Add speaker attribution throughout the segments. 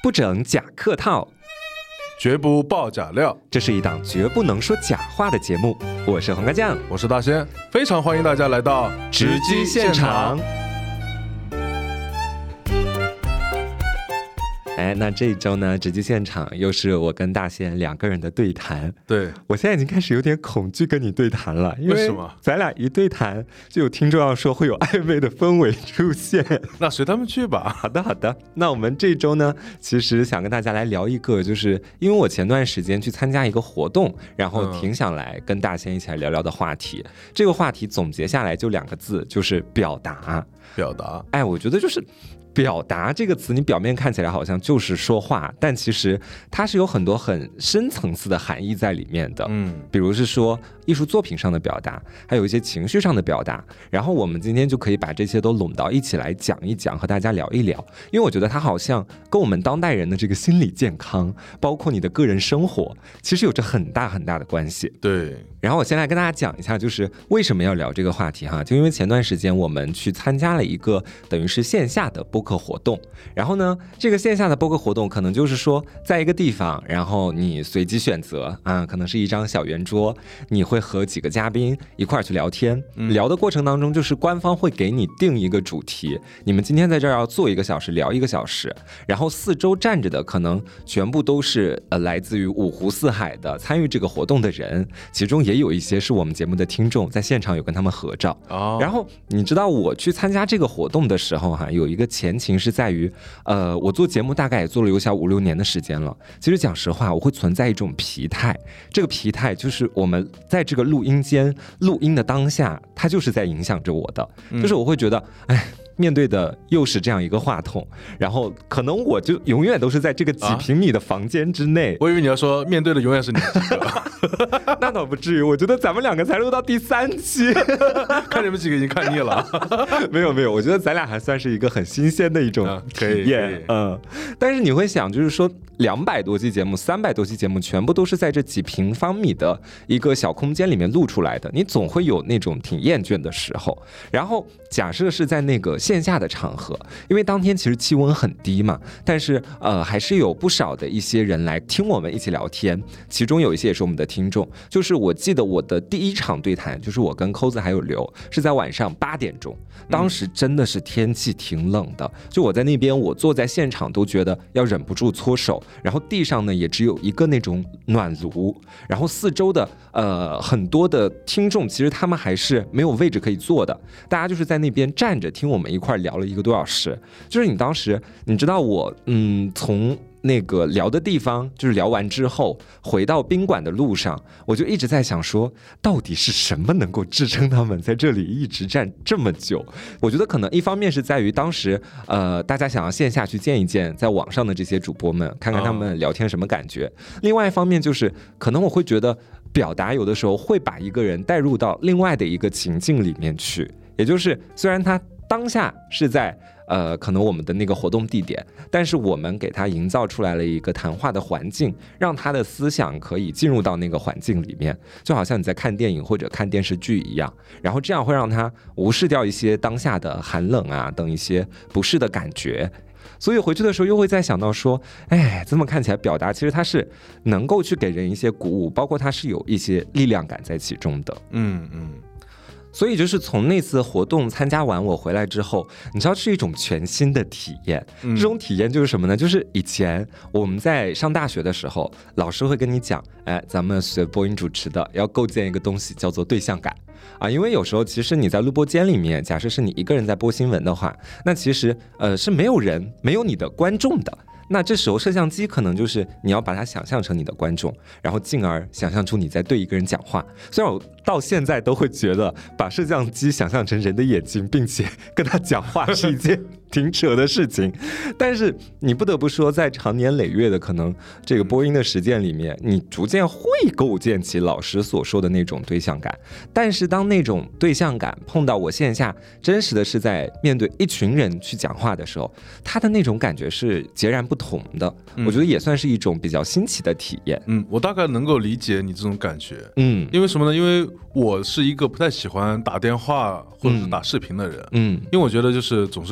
Speaker 1: 不整假客套，
Speaker 2: 绝不爆假料。
Speaker 1: 这是一档绝不能说假话的节目。我是黄瓜酱，
Speaker 2: 我是大仙，非常欢迎大家来到
Speaker 1: 直击现场。那这一周呢，直击现场又是我跟大仙两个人的对谈。
Speaker 2: 对，
Speaker 1: 我现在已经开始有点恐惧跟你对谈了，因为咱俩一对谈就有听众要说会有暧昧的氛围出现。
Speaker 2: 那随他们去吧。
Speaker 1: 好的。那我们这周呢，其实想跟大家来聊一个，就是因为我前段时间去参加一个活动，然后挺想来跟大仙一起来聊聊的话题。这个话题总结下来就2个字，就是表达。我觉得就是表达这个词，你表面看起来好像就是说话，但其实它是有很多很深层次的含义在里面的。比如是说艺术作品上的表达，还有一些情绪上的表达。然后我们今天就可以把这些都拢到一起来讲一讲，和大家聊一聊。因为我觉得它好像跟我们当代人的这个心理健康，包括你的个人生活，其实有着很大很大的关系。
Speaker 2: 对。
Speaker 1: 然后我先来跟大家讲一下，就是为什么要聊这个话题哈，就因为前段时间我们去参加了一个等于是线下的播客活动。然后呢，这个线下的播客活动可能就是说在一个地方，然后你随机选择可能是一张小圆桌，你会和几个嘉宾一块去聊天。聊的过程当中，就是官方会给你定一个主题，你们今天在这儿要做1个小时，聊1个小时，然后4周站着的可能全部都是来自于5湖4海的参与这个活动的人，其中也有一些是我们节目的听众，在现场有跟他们合照。然后你知道我去参加这个活动的时候有一个前情是在于我做节目大概也做了有小5、6年的时间了。其实讲实话，我会存在一种疲态，这个疲态就是我们在这个录音间录音的当下，它就是在影响着我的。就是我会觉得面对的又是这样一个话筒，然后可能我就永远都是在这个几平米的房间之内。
Speaker 2: 我以为你要说面对的永远是你
Speaker 1: 那倒不至于，我觉得咱们2个才录到第3期
Speaker 2: 看你们几个已经看腻了
Speaker 1: 没有，我觉得咱俩还算是一个很新鲜的一种体验。但是你会想，就是说200多期节目300多期节目全部都是在这几平方米的一个小空间里面录出来的，你总会有那种挺厌倦的时候。然后假设是在那个线下的场合，因为当天其实气温很低嘛，但是还是有不少的一些人来听我们一起聊天，其中有一些也是我们的听众。就是我记得我的第1场对谈，就是我跟扣子还有刘，是在晚上8点钟，当时真的是天气挺冷的，就我在那边，我坐在现场都觉得要忍不住搓手，然后地上呢也只有一个那种暖炉，然后4周的很多的听众，其实他们还是没有位置可以坐的，大家就是在那边站着听我们一块聊了1个多小时。就是你当时你知道我从那个聊的地方，就是聊完之后回到宾馆的路上，我就一直在想说，到底是什么能够支撑他们在这里一直站这么久。我觉得可能一方面是在于当时大家想要线下去见一见在网上的这些主播们，看看他们聊天什么感觉。另外一方面就是可能我会觉得表达有的时候会把一个人带入到另外的一个情境里面去，也就是虽然他当下是在可能我们的那个活动地点，但是我们给他营造出来了一个谈话的环境，让他的思想可以进入到那个环境里面，就好像你在看电影或者看电视剧一样，然后这样会让他无视掉一些当下的寒冷等一些不适的感觉。所以回去的时候又会再想到说，这么看起来表达其实它是能够去给人一些鼓舞，包括它是有一些力量感在其中的。所以就是从那次活动参加完我回来之后，你知道是一种全新的体验。这种体验就是什么呢？就是以前我们在上大学的时候，老师会跟你讲，咱们学播音主持的要构建一个东西叫做对象感因为有时候其实你在录播间里面，假设是你一个人在播新闻的话，那其实是没有人没有你的观众的。那这时候摄像机可能就是你要把它想象成你的观众，然后进而想象出你在对一个人讲话。虽然我到现在都会觉得把摄像机想象成人的眼睛并且跟他讲话是一件挺扯的事情，但是你不得不说，在长年累月的可能这个播音的实践里面，你逐渐会构建起老师所说的那种对象感。但是当那种对象感碰到我线下真实的是在面对一群人去讲话的时候，他的那种感觉是截然不同的。我觉得也算是一种比较新奇的体验。
Speaker 2: 我大概能够理解你这种感觉。因为什么呢？因为我是一个不太喜欢打电话或者是打视频的人。因为我觉得就是总是隔着手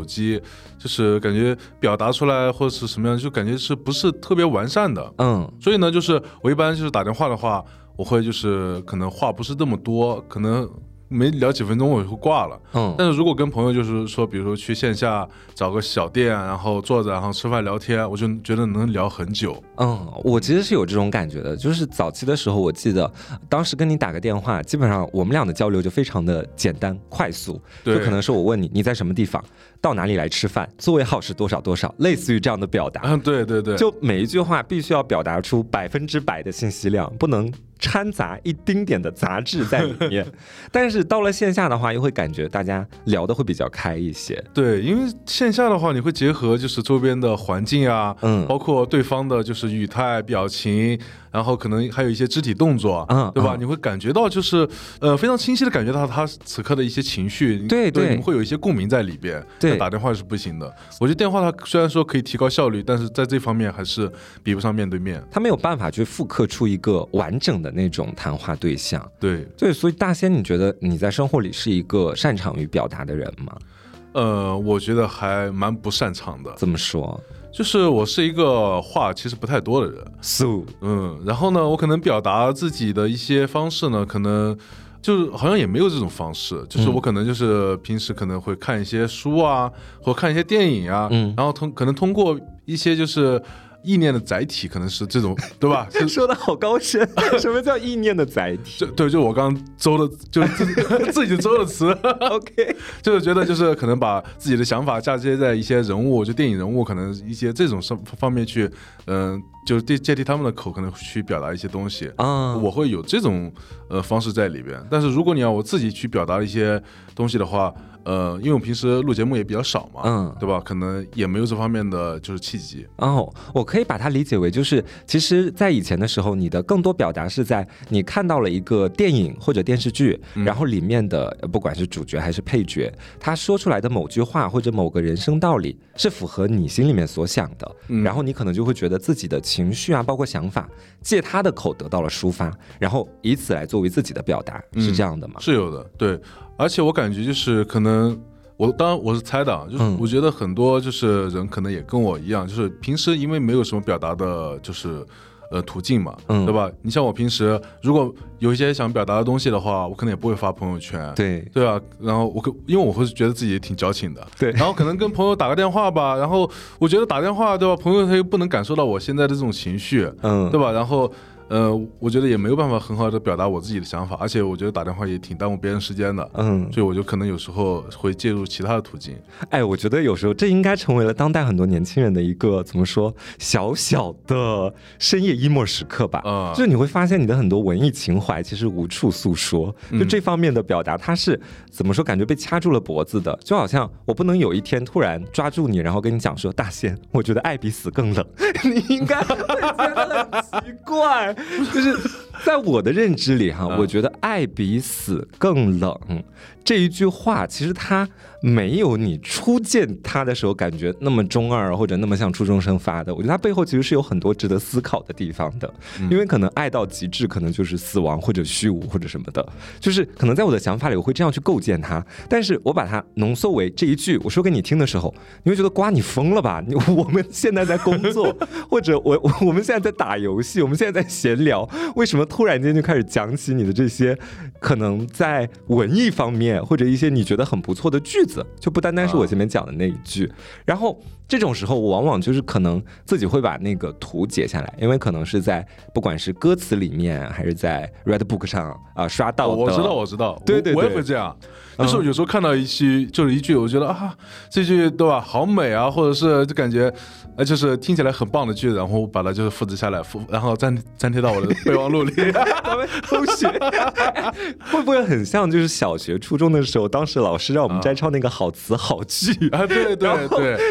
Speaker 2: 机，就是感觉表达出来或者是什么样，就感觉是不是特别完善的。所以呢，就是我一般就是打电话的话，我会就是可能话不是这么多，可能没聊几分钟我就会挂了。但是如果跟朋友就是说，比如说去线下找个小店，然后坐着，然后吃饭聊天，我就觉得能聊很久。
Speaker 1: 我其实是有这种感觉的，就是早期的时候，我记得当时跟你打个电话，基本上我们俩的交流就非常的简单快速，就可能是我问你在什么地方，到哪里来吃饭，座位号是多少多少，类似于这样的表达。
Speaker 2: 对对对，
Speaker 1: 就每一句话必须要表达出100%的信息量，不能掺杂一丁点的杂质在里面。但是到了线下的话，又会感觉大家聊的会比较开一些。
Speaker 2: 对，因为线下的话，你会结合就是周边的环境啊，包括对方的就是语态、表情，然后可能还有一些肢体动作，对吧？你会感觉到就是非常清晰的感觉到他此刻的一些情绪，
Speaker 1: 对，
Speaker 2: 你们会有一些共鸣在里边。
Speaker 1: 对，
Speaker 2: 打电话是不行的。我觉得电话它虽然说可以提高效率，但是在这方面还是比不上面对面。
Speaker 1: 他没有办法去复刻出一个完整的那种谈话对象。
Speaker 2: 对，
Speaker 1: 所以大仙，你觉得你在生活里是一个擅长于表达的人吗？
Speaker 2: 我觉得还蛮不擅长的。
Speaker 1: 怎么说？
Speaker 2: 就是我是一个话其实不太多的人。然后呢，我可能表达自己的一些方式呢，可能就是好像也没有这种方式，就是我可能就是平时可能会看一些书啊，或看一些电影啊，然后可能通过一些就是意念的载体，可能是这种，对吧？
Speaker 1: 说的好高深，什么叫意念的载体？
Speaker 2: 对，就我刚刚诌的，就是自己诌的词。
Speaker 1: OK，
Speaker 2: 就是觉得就是可能把自己的想法嫁接在一些人物，就电影人物，可能一些这种方面去，就是借替他们的口，可能去表达一些东西啊。我会有这种方式在里边。但是如果你要我自己去表达一些东西的话，因为我平时录节目也比较少嘛，对吧？可能也没有这方面的就是契机。
Speaker 1: 我可以把它理解为，就是其实在以前的时候，你的更多表达是在你看到了一个电影或者电视剧，然后里面的不管是主角还是配角，他说出来的某句话或者某个人生道理是符合你心里面所想的，然后你可能就会觉得自己的情绪啊，包括想法，借他的口得到了抒发，然后以此来作为自己的表达，是这样的吗？
Speaker 2: 是有的，对。而且我感觉就是可能当然我是猜的，就是我觉得很多就是人可能也跟我一样，就是平时因为没有什么表达的就是途径嘛，对吧？你像我平时如果有一些想表达的东西的话，我可能也不会发朋友圈，对吧？然后因为我会觉得自己也挺矫情的，对。然后可能跟朋友打个电话吧，然后我觉得打电话，对吧？朋友他又不能感受到我现在的这种情绪，对吧？然后我觉得也没有办法很好的表达我自己的想法，而且我觉得打电话也挺耽误别人时间的，所以我就可能有时候会介入其他的途径。
Speaker 1: 我觉得有时候这应该成为了当代很多年轻人的一个怎么说小小的深夜 emo 时刻吧，就是你会发现你的很多文艺情怀其实无处诉说，就这方面的表达它是怎么说，感觉被掐住了脖子的，就好像我不能有一天突然抓住你，然后跟你讲说大仙，我觉得爱比死更冷，你应该会觉得很奇怪。就是在我的认知里哈，我觉得爱比死更冷这一句话，其实它没有你初见它的时候感觉那么中二或者那么像初中生发的。我觉得它背后其实是有很多值得思考的地方的，因为可能爱到极致可能就是死亡或者虚无或者什么的，就是可能在我的想法里我会这样去构建它，但是我把它浓缩为这一句我说给你听的时候，你会觉得瓜你疯了吧，我们现在在工作或者我们现在在打游戏，我们现在在闲聊，为什么突然间就开始讲起你的这些可能在文艺方面或者一些你觉得很不错的句子，就不单单是我前面讲的那一句。然后这种时候我往往就是可能自己会把那个图截下来，因为可能是在不管是歌词里面还是在 Redbook 上刷到的。
Speaker 2: 我知道，
Speaker 1: 对，
Speaker 2: 我也会这样。就是有时候看到一句我觉得这句对吧好美啊，或者是就感觉就是听起来很棒的句子，然后把它就是复制下来，然后粘贴到我的备忘录里。
Speaker 1: 咱们偷学会不会很像就是小学初中的时候，当时老师让我们摘抄那个好词好句
Speaker 2: 对，
Speaker 1: 现在只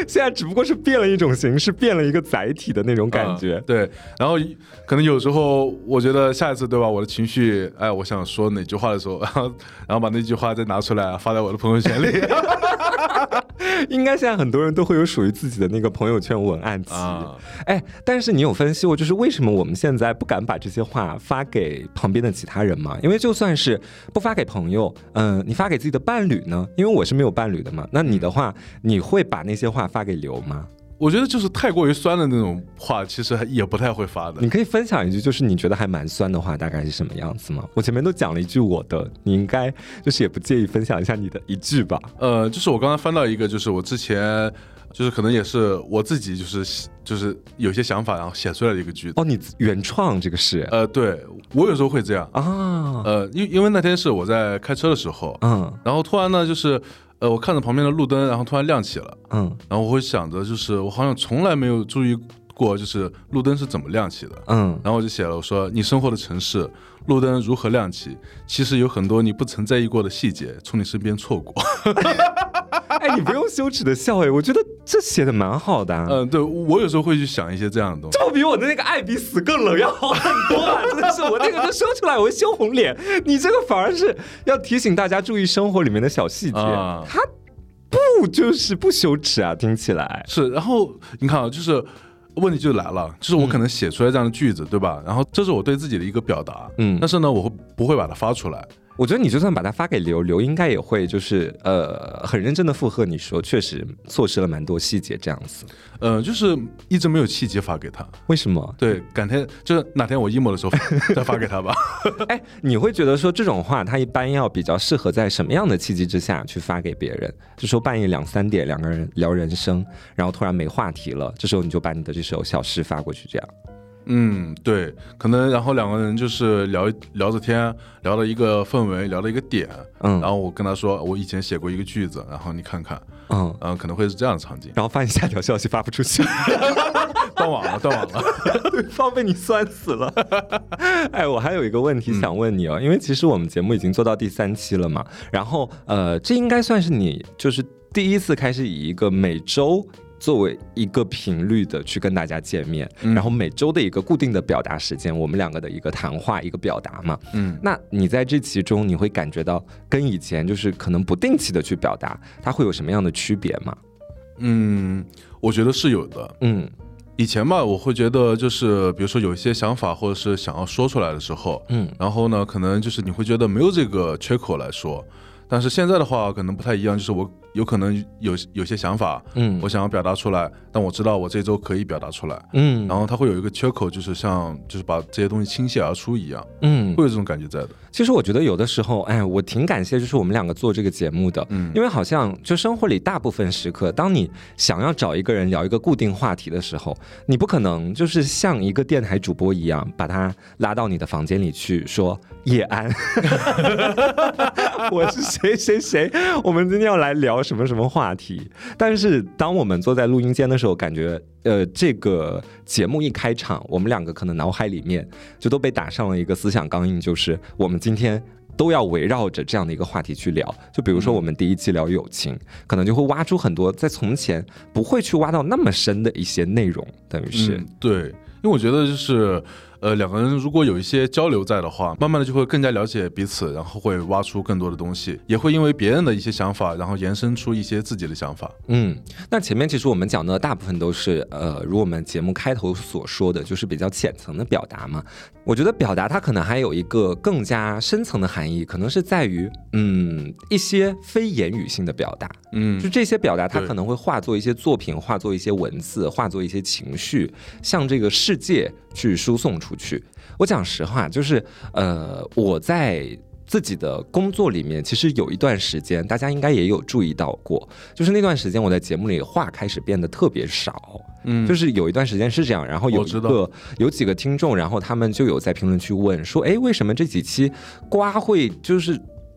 Speaker 1: 只不过是变了一种形式，变了一个载体的那种感觉。
Speaker 2: 对，然后可能有时候我觉得下一次对吧，我的情绪，哎，我想说哪句话的时候，然后把那句话再拿出来发在我的朋友圈里。
Speaker 1: 应该现在很多人都会有属于自己的那个朋友圈文案集。哎，但是你有分析过，就是为什么我们现在不敢把这些话发给旁边的其他人吗？因为就算是不发给朋友，你发给自己的伴侣呢？因为我是没有伴侣的嘛，那你的话，你会把那些话发给刘吗？
Speaker 2: 我觉得就是太过于酸的那种话，其实也不太会发的。
Speaker 1: 你可以分享一句，就是你觉得还蛮酸的话，大概是什么样子吗？我前面都讲了一句我的，你应该就是也不介意分享一下你的一句吧？
Speaker 2: 就是我刚刚翻到一个，就是我之前就是可能也是我自己就是有些想法，然后写出来的一个句子。
Speaker 1: 哦，你原创这个是？
Speaker 2: 对，我有时候会这样
Speaker 1: 啊。
Speaker 2: 因为那天是我在开车的时候，然后突然呢就是。我看着旁边的路灯，然后突然亮起了，然后我会想着，就是我好像从来没有注意过，就是路灯是怎么亮起的，然后我就写了，我说你生活的城市路灯如何亮起，其实有很多你不曾在意过的细节从你身边错过。
Speaker 1: 哎，你不用羞耻的笑，哎，我觉得这写的蛮好的。
Speaker 2: 对，我有时候会去想一些这样的东西，
Speaker 1: 这比我的那个爱比死更冷要好很多啊！真的是，我那个都说出来我会羞红脸，你这个反而是要提醒大家注意生活里面的小细节，它不就是不羞耻啊？听起来
Speaker 2: 是。然后你看啊，就是问题就来了，就是我可能写出来这样的句子，对吧？然后这是我对自己的一个表达，但是呢，我不会把它发出来。
Speaker 1: 我觉得你就算把它发给刘应该也会就是很认真的附和你说，确实错失了蛮多细节这样子。
Speaker 2: 就是一直没有契机发给他。
Speaker 1: 为什么？
Speaker 2: 对，改天就是哪天我 emo 的时候再发给他吧。
Speaker 1: 哎，你会觉得说这种话，他一般要比较适合在什么样的契机之下去发给别人？就说半夜2、3点两个人聊人生，然后突然没话题了，这时候你就把你的这首小诗发过去，这样。
Speaker 2: 对，可能然后两个人就是聊着天，聊了一个氛围，聊了一个点，然后我跟他说我以前写过一个句子，然后你看看，可能会是这样的场景，
Speaker 1: 然后发现下条消息发不出去，
Speaker 2: 断网了，
Speaker 1: 对方被你酸死了。哎，我还有一个问题想问你哦，因为其实我们节目已经做到第3期了嘛，然后这应该算是你就是第一次开始以一个每周作为一个频率的去跟大家见面，然后每周的一个固定的表达时间，我们两个的一个谈话一个表达嘛，那你在这其中你会感觉到跟以前就是可能不定期的去表达，它会有什么样的区别吗？
Speaker 2: 我觉得是有的。以前吧，我会觉得就是比如说有一些想法或者是想要说出来的时候，然后呢可能就是你会觉得没有这个缺口来说，但是现在的话可能不太一样，就是我有可能有些想法，我想要表达出来，但我知道我这周可以表达出来，然后它会有一个缺口，就是像就是把这些东西倾泻而出一样，会有这种感觉在的。
Speaker 1: 其实我觉得有的时候，哎，我挺感谢就是我们两个做这个节目的，因为好像就生活里大部分时刻，当你想要找一个人聊一个固定话题的时候，你不可能就是像一个电台主播一样把他拉到你的房间里去说叶安，我是谁谁谁，我们今天要来聊什么什么话题。但是当我们坐在录音间的时候，感觉这个节目一开场，我们两个可能脑海里面就都被打上了一个思想钢印，就是我们今天都要围绕着这样的一个话题去聊。就比如说我们第一期聊友情，可能就会挖出很多在从前不会去挖到那么深的一些内容，等于是
Speaker 2: 对，因为我觉得就是两个人如果有一些交流在的话，慢慢的就会更加了解彼此，然后会挖出更多的东西，也会因为别人的一些想法，然后延伸出一些自己的想法。
Speaker 1: 那前面其实我们讲的大部分都是如我们节目开头所说的，就是比较浅层的表达嘛。我觉得表达它可能还有一个更加深层的含义，可能是在于一些非言语性的表达。就这些表达它可能会化作一些作品，化作一些文字，化作一些情绪，向这个世界去输送出去。我讲实话，就是我在自己的工作里面，其实有一段时间大家应该也有注意到过，就是那段时间我在节目里话开始变得特别少，就是有一段时间是这样，然后有几个听众，然后他们就有在评论区问说，哎，为什么这几期瓜会就是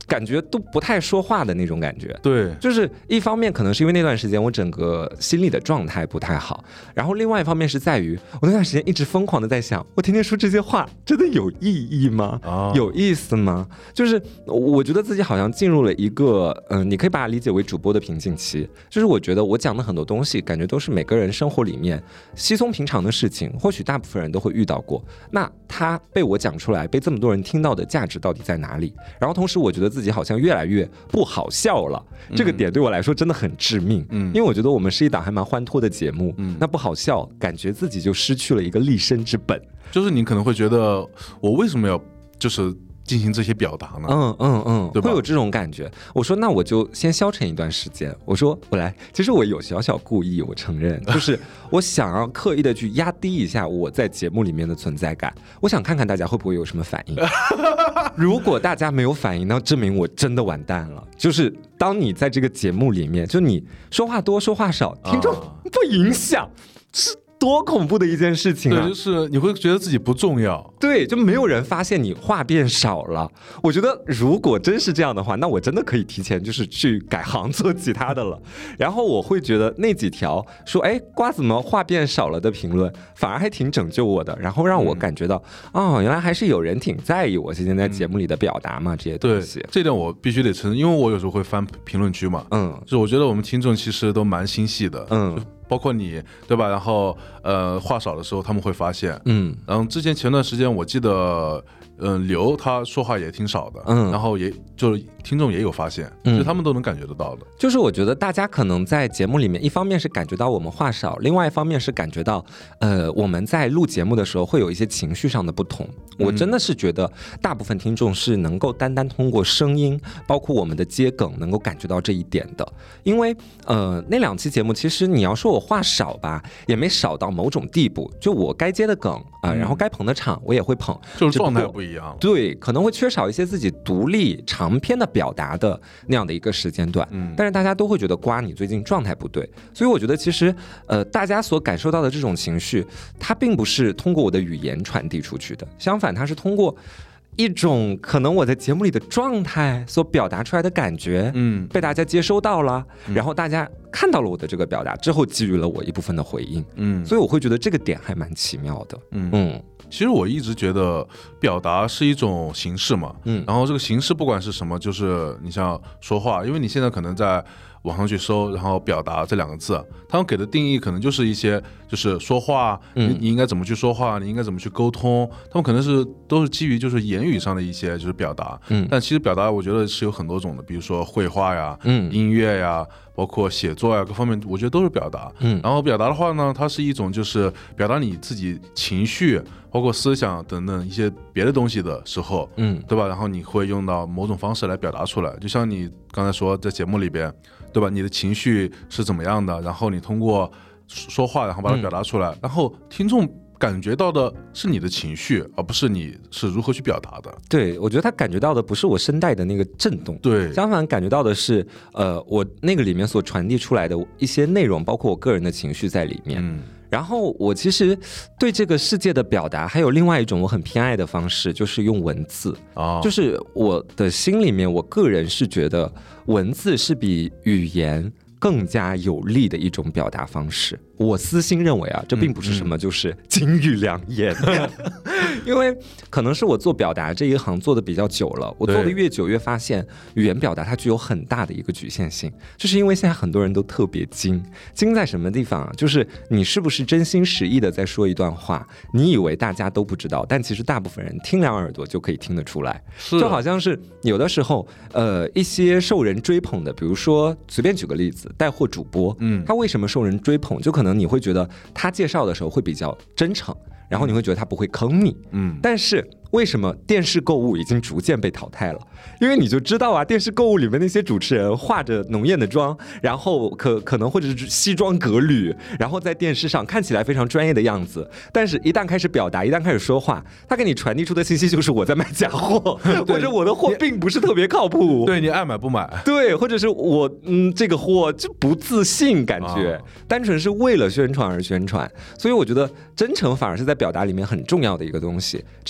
Speaker 1: 感觉都不太说话的那种感觉。
Speaker 2: 对，
Speaker 1: 就是一方面可能是因为那段时间我整个心理的状态不太好，然后另外一方面是在于我那段时间一直疯狂的在想，我天天说这些话真的有意义吗？有意思吗？就是我觉得自己好像进入了一个你可以把它理解为主播的瓶颈期，就是我觉得我讲的很多东西感觉都是每个人生活里面稀松平常的事情，或许大部分人都会遇到过，那它被我讲出来被这么多人听到的价值到底在哪里？然后同时我觉得自己好像越来越不好笑了，这个点对我来说真的很致命，因为我觉得我们是一档还蛮欢脱的节目，那不好笑感觉自己就失去了一个立身之本。就是
Speaker 2: 你可能会觉得我为什么要就是进行这些表达呢？
Speaker 1: 会有这种感觉。我说那我就先消沉一段时间。我说我来，其实我有小小故意，我承认，就是我想要刻意的去压低一下我在节目里面的存在感。我想看看大家会不会有什么反应。如果大家没有反应，那证明我真的完蛋了。就是当你在这个节目里面，就你说话多说话少，听众不影响，是多恐怖的一件事情啊！
Speaker 2: 对，就是你会觉得自己不重要，
Speaker 1: 对，就没有人发现你话变少了。我觉得如果真是这样的话，那我真的可以提前就是去改行做其他的了。然后我会觉得那几条说哎瓜怎么话变少了的评论，反而还挺拯救我的，然后让我感觉到原来还是有人挺在意我现在在节目里的表达嘛，这些东西。
Speaker 2: 对，这点我必须得承认，因为我有时候会翻评论区嘛，就是我觉得我们听众其实都蛮心细的，包括你，对吧？然后话少的时候他们会发现，然后前段时间我记得刘他说话也挺少的，然后也就是听众也有发现，就他们都能感觉得到的。
Speaker 1: 就是我觉得大家可能在节目里面，一方面是感觉到我们话少，另外一方面是感觉到我们在录节目的时候会有一些情绪上的不同。我真的是觉得大部分听众是能够单通过声音，包括我们的接梗，能够感觉到这一点的。因为那2期节目，其实你要说我话少吧，也没少到某种地步。就我该接的梗然后该捧的场我也会捧，
Speaker 2: 就是状态不一样。
Speaker 1: 对，可能会缺少一些自己独立长篇的表达的那样的一个时间段，但是大家都会觉得瓜你最近状态不对，所以我觉得其实大家所感受到的这种情绪，它并不是通过我的语言传递出去的，相反它是通过一种可能我在节目里的状态所表达出来的感觉，被大家接收到了，然后大家看到了我的这个表达之后，给予了我一部分的回应，所以我会觉得这个点还蛮奇妙的，
Speaker 2: 其实我一直觉得表达是一种形式嘛，然后这个形式不管是什么，就是你像说话，因为你现在可能在网上去搜，然后表达这2个字，他们给的定义可能就是一些就是说话，你应该怎么去说话，你应该怎么去沟通，他们可能都是基于就是言语上的一些就是表达，但其实表达我觉得是有很多种的，比如说绘画呀，音乐呀，包括写作呀，各方面我觉得都是表达，然后表达的话呢，它是一种就是表达你自己情绪，包括思想等等一些别的东西的时候，对吧？然后你会用到某种方式来表达出来，就像你刚才说在节目里边，对吧？你的情绪是怎么样的，然后你通过说话，然后把它表达出来，然后听众感觉到的是你的情绪，而不是你是如何去表达的。
Speaker 1: 对，我觉得他感觉到的不是我声带的那个震动，
Speaker 2: 对，
Speaker 1: 相反感觉到的是我那个里面所传递出来的一些内容，包括我个人的情绪在里面。然后我其实对这个世界的表达还有另外一种我很偏爱的方式，就是用文字，就是我的心里面我个人是觉得文字是比语言更加有力的一种表达方式。我私心认为这并不是什么就是金玉良言，因为可能是我做表达这一行做的比较久了，我做的越久越发现语言表达它具有很大的一个局限性，就是因为现在很多人都特别精在什么地方就是你是不是真心实意的在说一段话，你以为大家都不知道，但其实大部分人听2耳朵就可以听得出来，就好像是有的时候一些受人追捧的，比如说随便举个例子，带货主播，他为什么受人追捧，就可能你会觉得他介绍的时候会比较真诚，然后你会觉得他不会坑你，但是为什么电视购物已经逐渐被淘汰了？因为你就知道电视购物里面那些主持人化着浓艳的妆，然后可能或者是西装革履，然后在电视上看起来非常专业的样子，但是一旦开始表达，一旦开始说话，他给你传递出的信息就是我在卖假货，或者我的货并不是特别靠谱，
Speaker 2: 对，你爱买不买，
Speaker 1: 对，或者是我这个货就不自信，感觉单纯是为了宣传而宣传。所以我觉得真诚反而是在表达里面很重要的一个东西，只要拿捏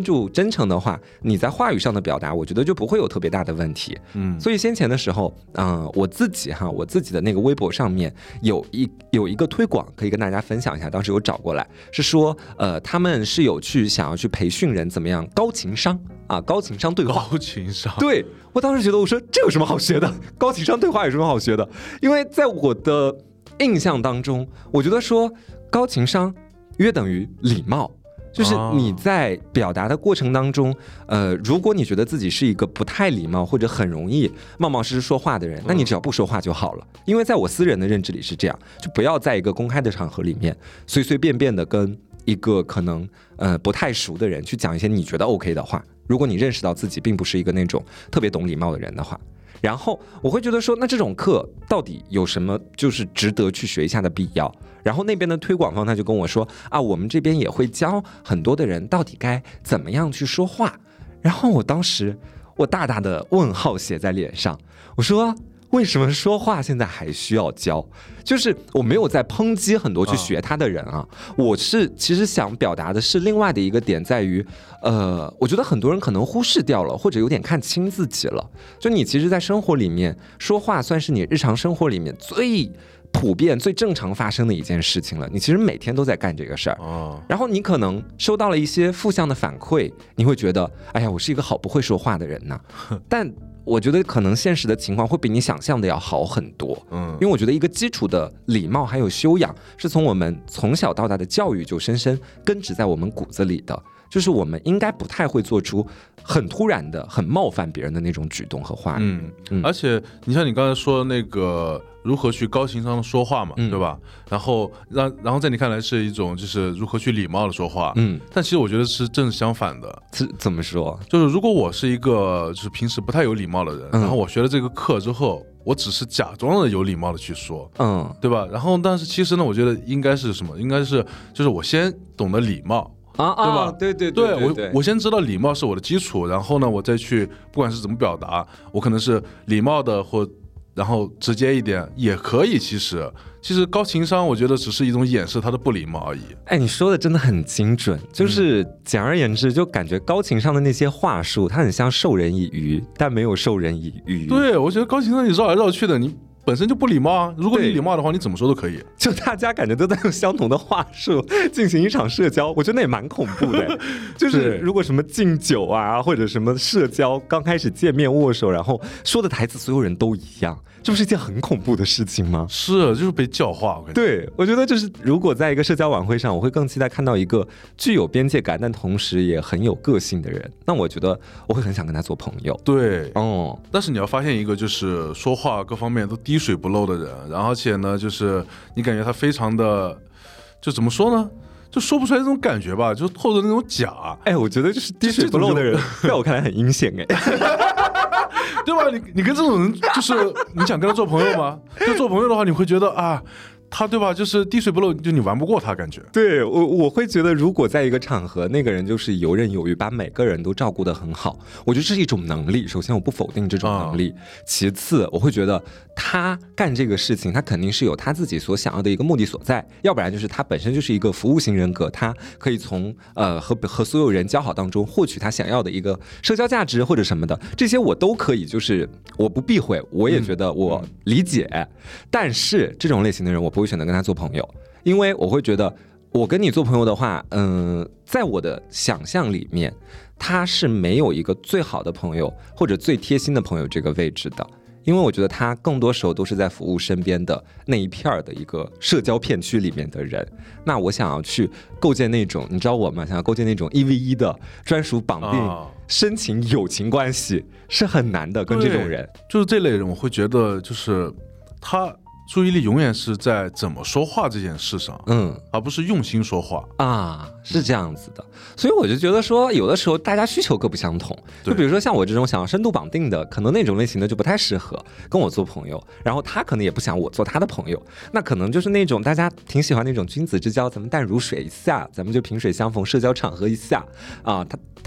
Speaker 1: 住真诚的话，你在话语上的表达，我觉得就不会有特别大的问题。所以先前的时候，我自己的那个微博上面有一个推广可以跟大家分享一下，当时有找过来，是说他们是有想要去培训人怎么样高情商啊，高情商对话。
Speaker 2: 高情商，
Speaker 1: 对，我当时觉得，我说这有什么好学的？高情商对话有什么好学的？因为在我的印象当中，我觉得说高情商约等于礼貌。就是你在表达的过程当中，如果你觉得自己是一个不太礼貌或者很容易冒冒失失说话的人，那你只要不说话就好了。因为在我私人的认知里是这样，就不要在一个公开的场合里面随随便便的跟一个可能不太熟的人去讲一些你觉得 OK 的话。如果你认识到自己并不是一个那种特别懂礼貌的人的话，然后我会觉得说，那这种课到底有什么就是值得去学一下的必要？然后那边的推广方他就跟我说啊，我们这边也会教很多的人到底该怎么样去说话。然后我当时我大大的问号写在脸上，我说为什么说话现在还需要教？就是我没有在抨击很多去学他的人啊，我是其实想表达的是另外的一个点，在于我觉得很多人可能忽视掉了，或者有点看轻自己了。就你其实在生活里面说话算是你日常生活里面最普遍最正常发生的一件事情了，你其实每天都在干这个事儿，然后你可能收到了一些负向的反馈，你会觉得哎呀，我是一个好不会说话的人呢。但我觉得可能现实的情况会比你想象的要好很多，因为我觉得一个基础的礼貌还有修养是从我们从小到大的教育就深深根植在我们骨子里的，就是我们应该不太会做出很突然的很冒犯别人的那种举动和话语。
Speaker 2: 而且你像你刚才说的那个如何去高情商的说话嘛，对吧？然后在你看来是一种就是如何去礼貌的说话，但其实我觉得是正相反的。
Speaker 1: 怎么说？
Speaker 2: 就是如果我是一个就是平时不太有礼貌的人，然后我学了这个课之后，我只是假装的有礼貌的去说，对吧？然后但是其实呢，我觉得应该是什么？应该是就是我先懂得礼貌。对吧？
Speaker 1: 对，
Speaker 2: 我先知道礼貌是我的基础，然后呢，我再去不管是怎么表达，我可能是礼貌的然后直接一点也可以。其实高情商我觉得只是一种掩饰他的不礼貌而已。
Speaker 1: 哎，你说的真的很精准，就是简而言之，就感觉高情商的那些话术，它很像授人以鱼，但没有授人以渔。
Speaker 2: 对，我觉得高情商你绕来绕去的，你本身就不礼貌啊！如果你礼貌的话，你怎么说都可以。
Speaker 1: 就大家感觉都在用相同的话术进行一场社交，我觉得那也蛮恐怖的。就是如果什么敬酒啊，或者什么社交，刚开始见面握手，然后说的台词所有人都一样，这不是一件很恐怖的事情吗？
Speaker 2: 是，就是被教化。
Speaker 1: 对，我觉得就是如果在一个社交晚会上，我会更期待看到一个具有边界感，但同时也很有个性的人。那我觉得我会很想跟他做朋友。
Speaker 2: 对，但是你要发现一个就是说话各方面都滴水不漏的人，然后而且呢，就是你感觉他非常的，就怎么说呢？就说不出来那种感觉吧，就透着那种假。
Speaker 1: 哎，我觉得就是滴水不漏的人，在我看来很阴险哎。
Speaker 2: 对吧？你跟这种人，就是你想跟他做朋友吗？就做朋友的话，你会觉得啊。他对吧，就是滴水不漏，就你玩不过他感觉。
Speaker 1: 对，我会觉得，如果在一个场合，那个人就是游刃有余，把每个人都照顾得很好，我觉得这是一种能力。首先，我不否定这种能力。其次，我会觉得他干这个事情，他肯定是有他自己所想要的一个目的所在，要不然就是他本身就是一个服务型人格，他可以从和所有人交好当中获取他想要的一个社交价值或者什么的，这些我都可以，就是我不避讳，我也觉得我理解。但是这种类型的人，我不会选择跟他做朋友，因为我会觉得我跟你做朋友的话，在我的想象里面，他是没有一个最好的朋友或者最贴心的朋友这个位置的，因为我觉得他更多时候都是在服务身边的那一片的一个社交片区里面的人。那我想要去构建那种，你知道我吗？想要构建那种1v1的专属绑定深情友情关系是很难的，跟这种人，
Speaker 2: 就是这类人，我会觉得就是他注意力永远是在怎么说话这件事上，而不是用心说话
Speaker 1: 啊，是这样子的。所以我就觉得说，有的时候大家需求各不相同。就比如说像我这种想要深度绑定的，可能那种类型的就不太适合跟我做朋友，然后他可能也不想我做他的朋友，那可能就是那种大家挺喜欢那种君子之交，咱们淡如水一下，咱们就萍水相逢，社交场合一下啊，他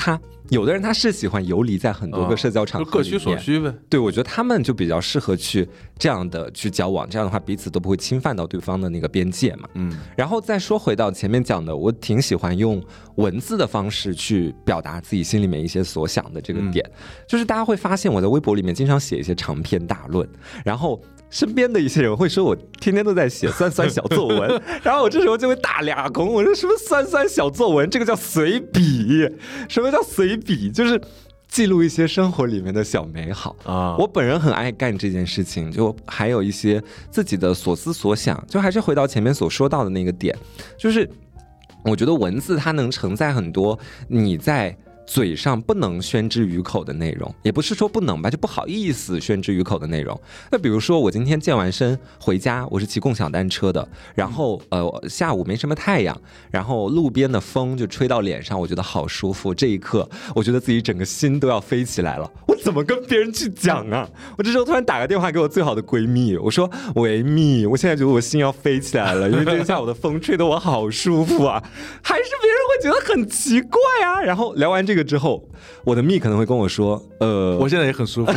Speaker 1: 有的人他是喜欢游离在很多个社交场合里面，
Speaker 2: 各取所需呗。
Speaker 1: 对，我觉得他们就比较适合去这样的去交往，这样的话彼此都不会侵犯到对方的那个边界嘛。然后再说回到前面讲的，我挺喜欢用文字的方式去表达自己心里面一些所想的这个点，就是大家会发现我在微博里面经常写一些长篇大论，然后身边的一些人会说我天天都在写酸酸小作文，然后我这时候就会打俩空，我说什么酸酸小作文，这个叫随笔。什么叫随笔？就是记录一些生活里面的小美好啊。我本人很爱干这件事情，就还有一些自己的所思所想，就还是回到前面所说到的那个点，就是我觉得文字它能承载很多你在嘴上不能宣之于口的内容，也不是说不能吧，就不好意思宣之于口的内容。那比如说我今天健完身回家，我是骑共享单车的，然后下午没什么太阳，然后路边的风就吹到脸上，我觉得好舒服。这一刻我觉得自己整个心都要飞起来了，我怎么跟别人去讲啊？我这时候突然打个电话给我最好的闺蜜，我说喂蜜，我现在觉得我心要飞起来了，因为今天下午的风吹得我好舒服啊。还是别人会觉得很奇怪啊。然后聊完这个之后，我的蜜可能会跟我说
Speaker 2: 我现在也很舒服。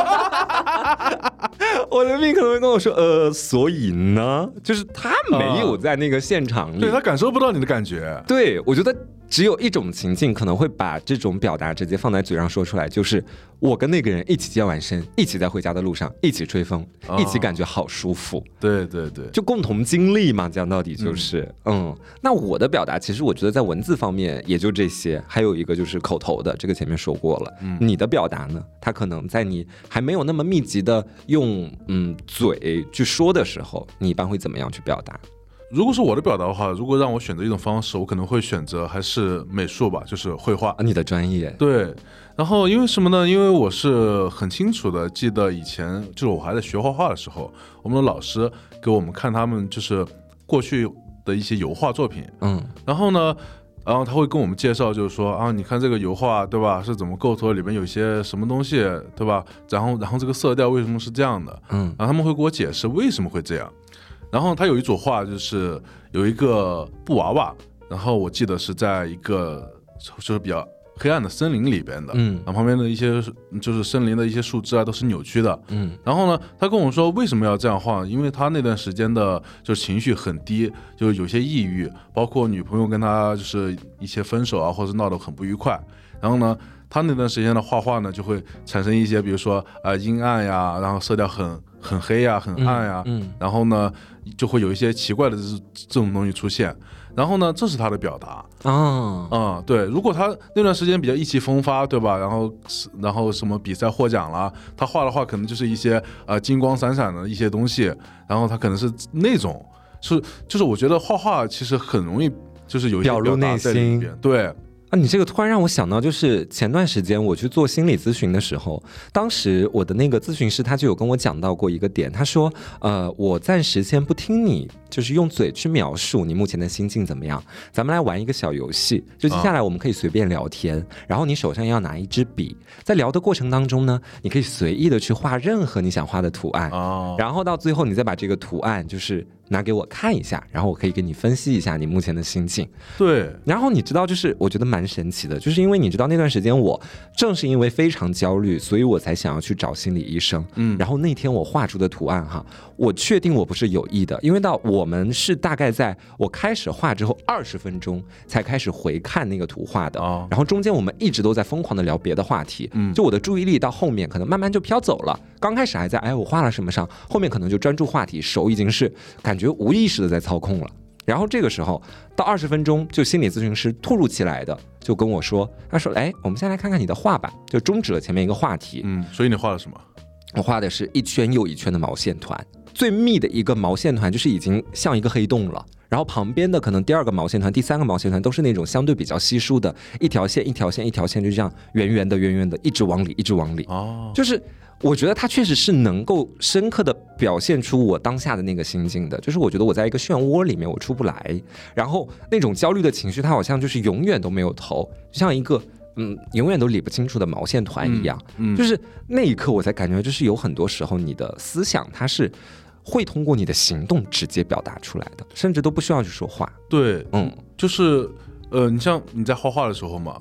Speaker 1: 我的蜜可能会跟我说所以呢，就是他没有在那个现场里，
Speaker 2: 对，他感受不到你的感觉。
Speaker 1: 对，我觉得只有一种情境可能会把这种表达直接放在嘴上说出来，就是我跟那个人一起健完身，一起在回家的路上一起吹风，一起感觉好舒服。
Speaker 2: 对对对，
Speaker 1: 就共同经历嘛，讲到底就是那我的表达其实我觉得在文字方面也就这些，还有一个就是口头的，这个前面说过了。你的表达呢，它可能在你还没有那么密集的用嘴去说的时候，你一般会怎么样去表达？
Speaker 2: 如果是我的表达的话，如果让我选择一种方式，我可能会选择还是美术吧，就是绘画。
Speaker 1: 你的专业。
Speaker 2: 对，然后因为什么呢？因为我是很清楚的记得以前就是我还在学画画的时候，我们的老师给我们看他们就是过去的一些油画作品。然后他会跟我们介绍，就是说啊，你看这个油画对吧，是怎么构图，里面有一些什么东西对吧？然后这个色调为什么是这样的？然后他们会给我解释为什么会这样。然后他有一组画，就是有一个布娃娃，然后我记得是在一个就是比较黑暗的森林里边的，然后旁边的一些就是森林的一些树枝啊都是扭曲的，然后呢，他跟我说为什么要这样画，因为他那段时间的就是情绪很低，就有些抑郁，包括女朋友跟他就是一些分手啊，或者闹得很不愉快，然后呢，他那段时间的画画呢就会产生一些，比如说阴暗呀，然后色调很黑呀，很暗呀，然后呢就会有一些奇怪的这种东西出现，然后呢这是他的表达对，如果他那段时间比较意气风发，对吧？然后什么比赛获奖了，他画的话可能就是一些金光闪闪的一些东西，然后他可能是那种就是我觉得画画其实很容易就是有一些
Speaker 1: 表露内心，
Speaker 2: 对。
Speaker 1: 你这个突然让我想到，就是前段时间我去做心理咨询的时候，当时我的那个咨询师他就有跟我讲到过一个点，他说我暂时先不听你就是用嘴去描述你目前的心境怎么样，咱们来玩一个小游戏，就接下来我们可以随便聊天，然后你手上要拿一支笔，在聊的过程当中呢，你可以随意的去画任何你想画的图案，然后到最后你再把这个图案就是拿给我看一下，然后我可以给你分析一下你目前的心境。
Speaker 2: 对，
Speaker 1: 然后你知道，就是我觉得蛮神奇的，就是因为你知道那段时间我正是因为非常焦虑，所以我才想要去找心理医生。然后那天我画出的图案哈，我确定我不是有意的，因为到我们是大概在我开始画之后20分钟才开始回看那个图画的，然后中间我们一直都在疯狂的聊别的话题，就我的注意力到后面可能慢慢就飘走了，刚开始还在我画了什么上，后面可能就专注话题，手已经是感觉无意识的在操控了。然后这个时候到20分钟，就心理咨询师突如其来的就跟我说，他说我们先来看看你的画吧，就终止了前面一个话题。
Speaker 2: 所以你画了什么？
Speaker 1: 我画的是一圈又一圈的毛线团，最密的一个毛线团就是已经像一个黑洞了，然后旁边的可能第2个毛线团、第3个毛线团都是那种相对比较稀疏的，一条线一条线一条线就这样圆圆的圆圆的一直往里一直往里。就是我觉得它确实是能够深刻的表现出我当下的那个心境的，就是我觉得我在一个漩涡里面我出不来，然后那种焦虑的情绪它好像就是永远都没有头，就像一个永远都理不清楚的毛线团一样。就是那一刻我才感觉，就是有很多时候你的思想它是会通过你的行动直接表达出来的，甚至都不需要去说话。
Speaker 2: 对，就是你像你在画画的时候嘛，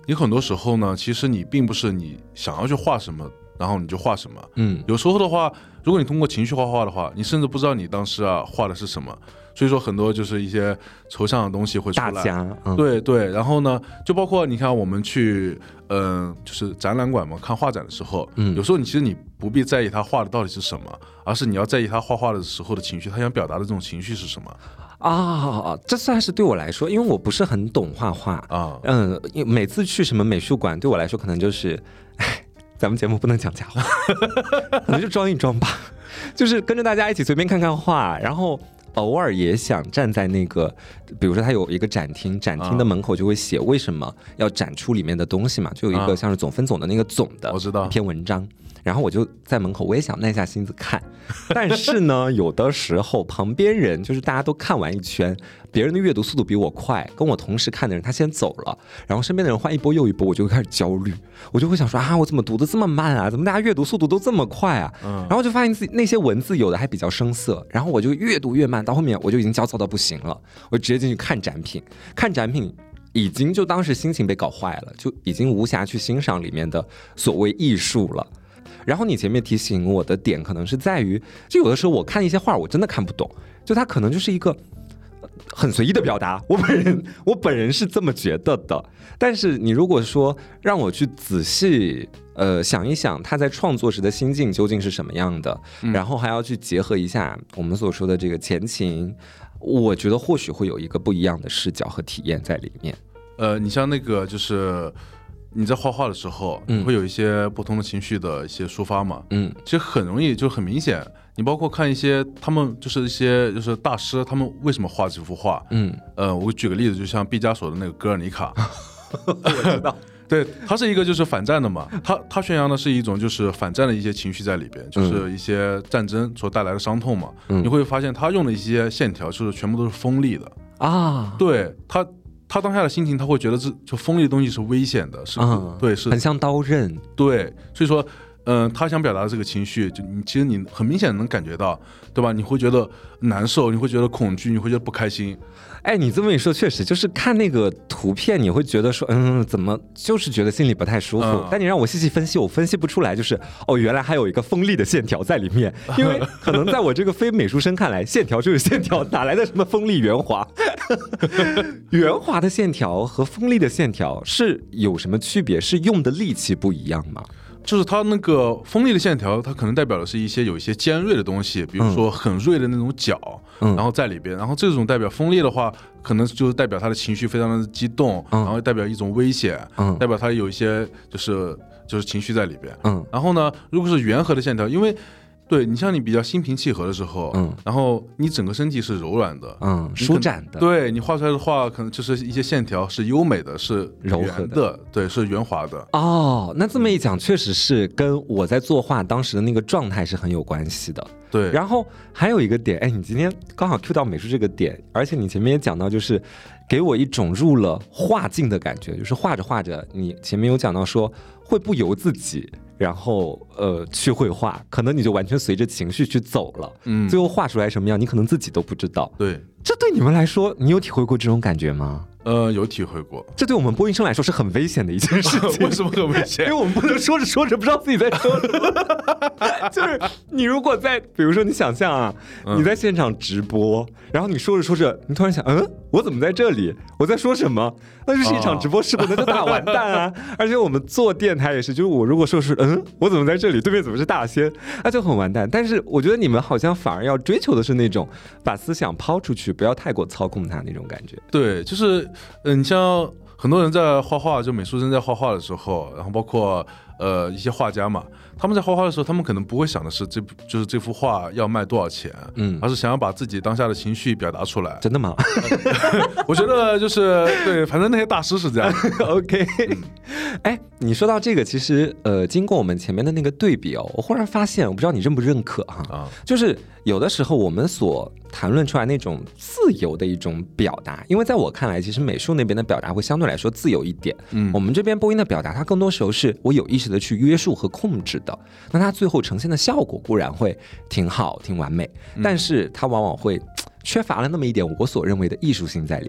Speaker 2: 你很多时候呢，其实你并不是你想要去画什么，然后你就画什么。有时候的话，如果你通过情绪画画的话，你甚至不知道你当时画的是什么。所以说很多就是一些抽象的东西会出来，
Speaker 1: 大家
Speaker 2: 对对，然后呢，就包括你看我们去就是展览馆嘛，看画展的时候，有时候其实你不必在意他画的到底是什么，而是你要在意他画画的时候的情绪，他想表达的这种情绪是什么
Speaker 1: 啊。这算是对我来说，因为我不是很懂画画啊，每次去什么美术馆，对我来说可能就是，咱们节目不能讲假话，可能就装一装吧，就是跟着大家一起随便看看画，然后偶尔也想站在那个，比如说它有一个展厅，展厅的门口就会写为什么要展出里面的东西嘛，就有一个像是总分总的那个总的一篇文章，然后我就在门口，我也想耐下心子看，但是呢，有的时候旁边人就是大家都看完一圈，别人的阅读速度比我快，跟我同时看的人他先走了，然后身边的人换一波又一波，我就会开始焦虑，我就会想说啊，我怎么读得这么慢啊？怎么大家阅读速度都这么快啊？然后就发现自己那些文字有的还比较生涩，然后我就越读越慢，到后面我就已经焦躁到不行了，我直接进去看展品，看展品。已经就当时心情被搞坏了，就已经无暇去欣赏里面的所谓艺术了。然后你前面提醒我的点可能是在于，就有的时候我看一些画我真的看不懂，就它可能就是一个很随意的表达，我本人是这么觉得的。但是你如果说让我去仔细想一想他在创作时的心境究竟是什么样的，然后还要去结合一下我们所说的这个前情，我觉得或许会有一个不一样的视角和体验在里面。
Speaker 2: 你像那个就是你在画画的时候，你会有一些不同的情绪的一些抒发嘛，其实很容易就很明显。你包括看一些他们就是一些就是大师，他们为什么画这幅画？我举个例子，就像毕加索的那个《格尔尼卡》，
Speaker 1: 我知道。
Speaker 2: 对，他是一个就是反战的嘛，他宣扬的是一种就是反战的一些情绪在里边，就是一些战争所带来的伤痛嘛。你会发现他用的一些线条就是全部都是锋利的啊，对他当下的心情，他会觉得就锋利的东西是危险的，是，对，是
Speaker 1: 很像刀刃，
Speaker 2: 对，所以说。他想表达的这个情绪，就其实你很明显能感觉到，对吧？你会觉得难受，你会觉得恐惧，你会觉得不开心。
Speaker 1: 哎，你这么一说，确实就是看那个图片，你会觉得说，怎么就是觉得心里不太舒服。但你让我细细分析，我分析不出来，就是原来还有一个锋利的线条在里面。因为可能在我这个非美术生看来，线条就是线条，哪来的什么锋利圆滑？圆滑的线条和锋利的线条是有什么区别？是用的力气不一样吗？
Speaker 2: 就是它那个锋利的线条，它可能代表的是有一些尖锐的东西，比如说很锐的那种角，然后在里边。然后这种代表锋利的话，可能就是代表他的情绪非常的激动，然后代表一种危险，代表他有一些就是情绪在里边。然后呢，如果是圆和的线条，因为对你像你比较心平气和的时候，然后你整个身体是柔软的，
Speaker 1: 舒展的，
Speaker 2: 对你画出来的画可能就是一些线条是优美的，是
Speaker 1: 柔和
Speaker 2: 的，对，是圆滑的。
Speaker 1: 那这么一讲，确实是跟我在作画当时的那个状态是很有关系的。
Speaker 2: 对，
Speaker 1: 然后还有一个点，你今天刚好 cue 到美术这个点，而且你前面也讲到，就是给我一种入了画境的感觉，就是画着画着，你前面有讲到说会不由自己。然后去绘画，可能你就完全随着情绪去走了，最后画出来什么样，你可能自己都不知道。
Speaker 2: 对，
Speaker 1: 这对你们来说，你有体会过这种感觉吗？
Speaker 2: 有体会过。
Speaker 1: 这对我们播音生来说是很危险的一件事情。
Speaker 2: 为什么很危险？
Speaker 1: 因为我们不能说着说着不知道自己在说什么。就是你如果在，比如说你想象啊，你在现场直播，然后你说着说着，你突然想，我怎么在这里？我在说什么？那就是一场直播事故，那就大完蛋啊！而且我们做电台也是，就是我如果说是我怎么在这里？对面怎么是大仙？那就很完蛋。但是我觉得你们好像反而要追求的是那种把思想抛出去，不要太过操控它那种感觉。
Speaker 2: 对，就是你像很多人在画画，就美术生在画画的时候，然后包括一些画家嘛，他们在画画的时候，他们可能不会想的是就是这幅画要卖多少钱，而是想要把自己当下的情绪表达出来。
Speaker 1: 真的吗？
Speaker 2: 我觉得就是对，反正那些大师是这样。
Speaker 1: OK，你说到这个，其实经过我们前面的那个对比我忽然发现，我不知道你认不认可哈，就是有的时候我们所谈论出来那种自由的一种表达，因为在我看来，其实美术那边的表达会相对来说自由一点，我们这边播音的表达，它更多时候是我有意识的去约束和控制的，那它最后呈现的效果固然会挺好挺完美，但是它往往会缺乏了那么一点我所认为的艺术性在里面。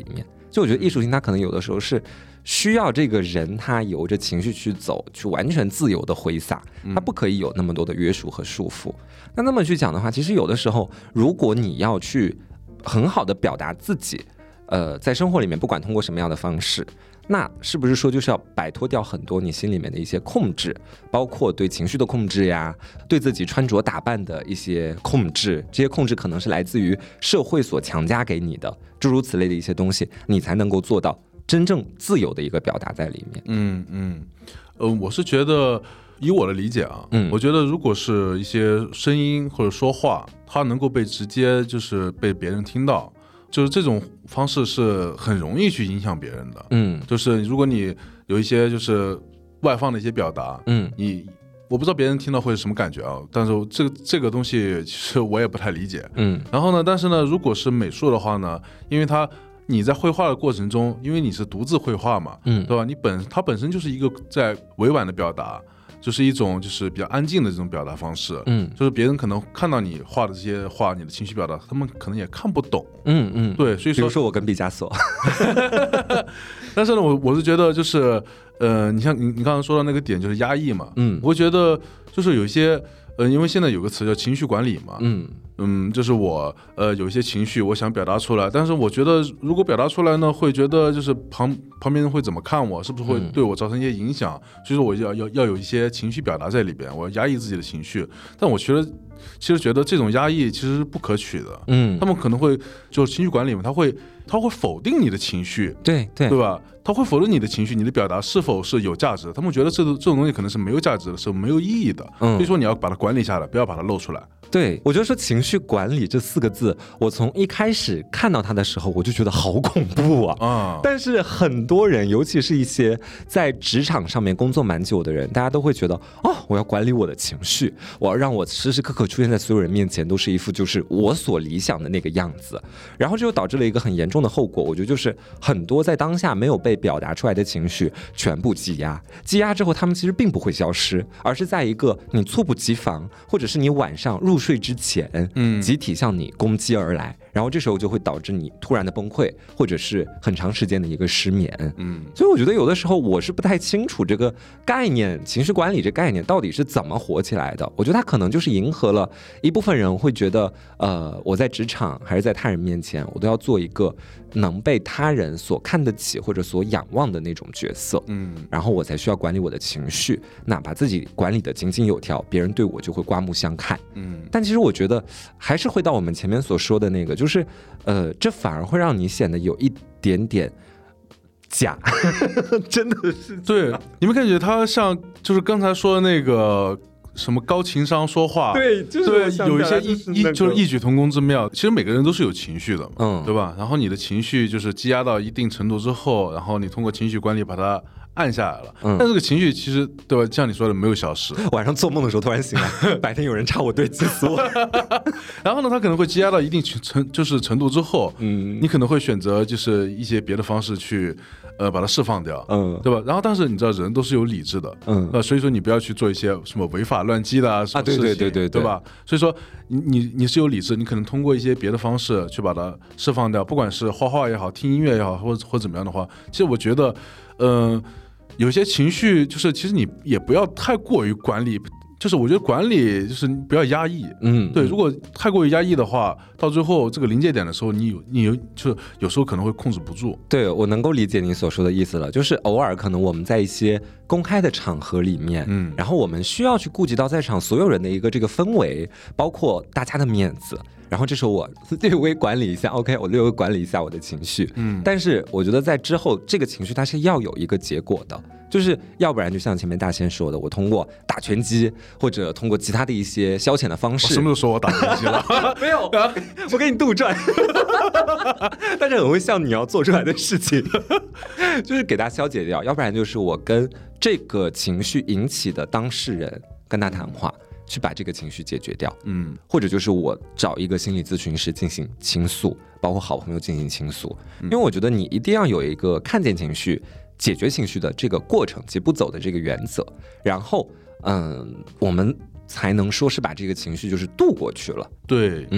Speaker 1: 就我觉得艺术性它可能有的时候是需要这个人他由着情绪去走，去完全自由的挥洒，他不可以有那么多的约束和束缚。那么去讲的话，其实有的时候如果你要去很好的表达自己，在生活里面不管通过什么样的方式，那是不是说就是要摆脱掉很多你心里面的一些控制，包括对情绪的控制呀，对自己穿着打扮的一些控制，这些控制可能是来自于社会所强加给你的，诸如此类的一些东西，你才能够做到真正自由的一个表达在里面。
Speaker 2: 我是觉得以我的理解啊，我觉得如果是一些声音或者说话，它能够被直接就是被别人听到，就是这种方式是很容易去影响别人的。就是如果你有一些就是外放的一些表达，我不知道别人听到会是什么感觉啊，但是这个东西其实我也不太理解。然后呢，但是呢，如果是美术的话呢，因为你在绘画的过程中，因为你是独自绘画嘛，对吧？它本身就是一个在委婉的表达，就是一种就是比较安静的这种表达方式。就是别人可能看到你画的这些画，你的情绪表达，他们可能也看不懂。对，所以说，
Speaker 1: 比如说我跟毕加索，
Speaker 2: 但是呢，我是觉得就是你像你刚刚说的那个点，就是压抑嘛。我觉得就是有一些因为现在有个词叫情绪管理嘛。就是我有一些情绪我想表达出来，但是我觉得如果表达出来呢，会觉得就是旁边人会怎么看我，是不是会对我造成一些影响，所以说我要有一些情绪表达在里边，我要压抑自己的情绪。但我其实觉得这种压抑其实是不可取的。他们可能会就是情绪管理嘛，他会否定你的情绪，对吧？他会否定你的情绪，你的表达是否是有价值的，他们觉得这种东西可能是没有价值的，是没有意义的。所以说你要把它管理下来，不要把它露出来。
Speaker 1: 对，我觉得说情绪管理这4个字，我从一开始看到它的时候，我就觉得好恐怖啊！但是很多人，尤其是一些在职场上面工作蛮久的人，大家都会觉得，我要管理我的情绪，我要让我时时刻刻出现在所有人面前都是一副就是我所理想的那个样子，然后这就导致了一个很严重的后果。我觉得就是很多在当下没有被表达出来的情绪全部积压之后，他们其实并不会消失，而是在一个你猝不及防，或者是你晚上入睡之前，集体向你攻击而来，然后这时候就会导致你突然的崩溃，或者是很长时间的一个失眠。所以我觉得有的时候我是不太清楚这个概念，情绪管理这概念到底是怎么火起来的。我觉得它可能就是迎合了一部分人会觉得，我在职场还是在他人面前，我都要做一个能被他人所看得起或者所仰望的那种角色。然后我才需要管理我的情绪，那把自己管理得井井有条，别人对我就会刮目相看。但其实我觉得还是回到我们前面所说的那个，就是这反而会让你显得有一点点假。真的是
Speaker 2: 对，你们感觉他像就是刚才说的那个什么高情商说话，
Speaker 1: 对，就是
Speaker 2: 有一些就是异曲同工之妙。其实每个人都是有情绪的嘛，对吧？然后你的情绪就是积压到一定程度之后，然后你通过情绪管理把它按下来了。但这个情绪其实对吧，像你说的没有消失。
Speaker 1: 晚上做梦的时候突然醒来，白天有人插我对激素。
Speaker 2: 然后呢，它可能会积压到一定程度之后，你可能会选择就是一些别的方式去把它释放掉，对吧？然后但是你知道人都是有理智的，所以说你不要去做一些什么违法乱纪的什么事情，对吧？所以说你是有理智，你可能通过一些别的方式去把它释放掉，不管是画画也好，听音乐也好，或怎么样的话，其实我觉得有些情绪就是其实你也不要太过于管理，就是我觉得管理就是不要压抑。对，如果太过于压抑的话，到最后这个临界点的时候，你就是有时候可能会控制不住。
Speaker 1: 对，我能够理解你所说的意思了，就是偶尔可能我们在一些公开的场合里面，然后我们需要去顾及到在场所有人的一个这个氛围，包括大家的面子。然后这时候我略微管理一下 ，OK， 我略微管理一下我的情绪。但是我觉得在之后这个情绪它是要有一个结果的，就是要不然就像前面大仙说的，我通过打拳击或者通过其他的一些消遣的方式。
Speaker 2: 我什么时候说我打拳击了？
Speaker 1: 没有，我给你杜撰。但是很会像你要做出来的事情，就是给它消解掉。要不然就是我跟这个情绪引起的当事人跟他谈话。去把这个情绪解决掉，或者就是我找一个心理咨询师进行倾诉，包括好朋友进行倾诉，因为我觉得你一定要有一个看见情绪、解决情绪的这个过程，几步走的这个原则，然后我们才能说是把这个情绪就是度过去了。
Speaker 2: 对，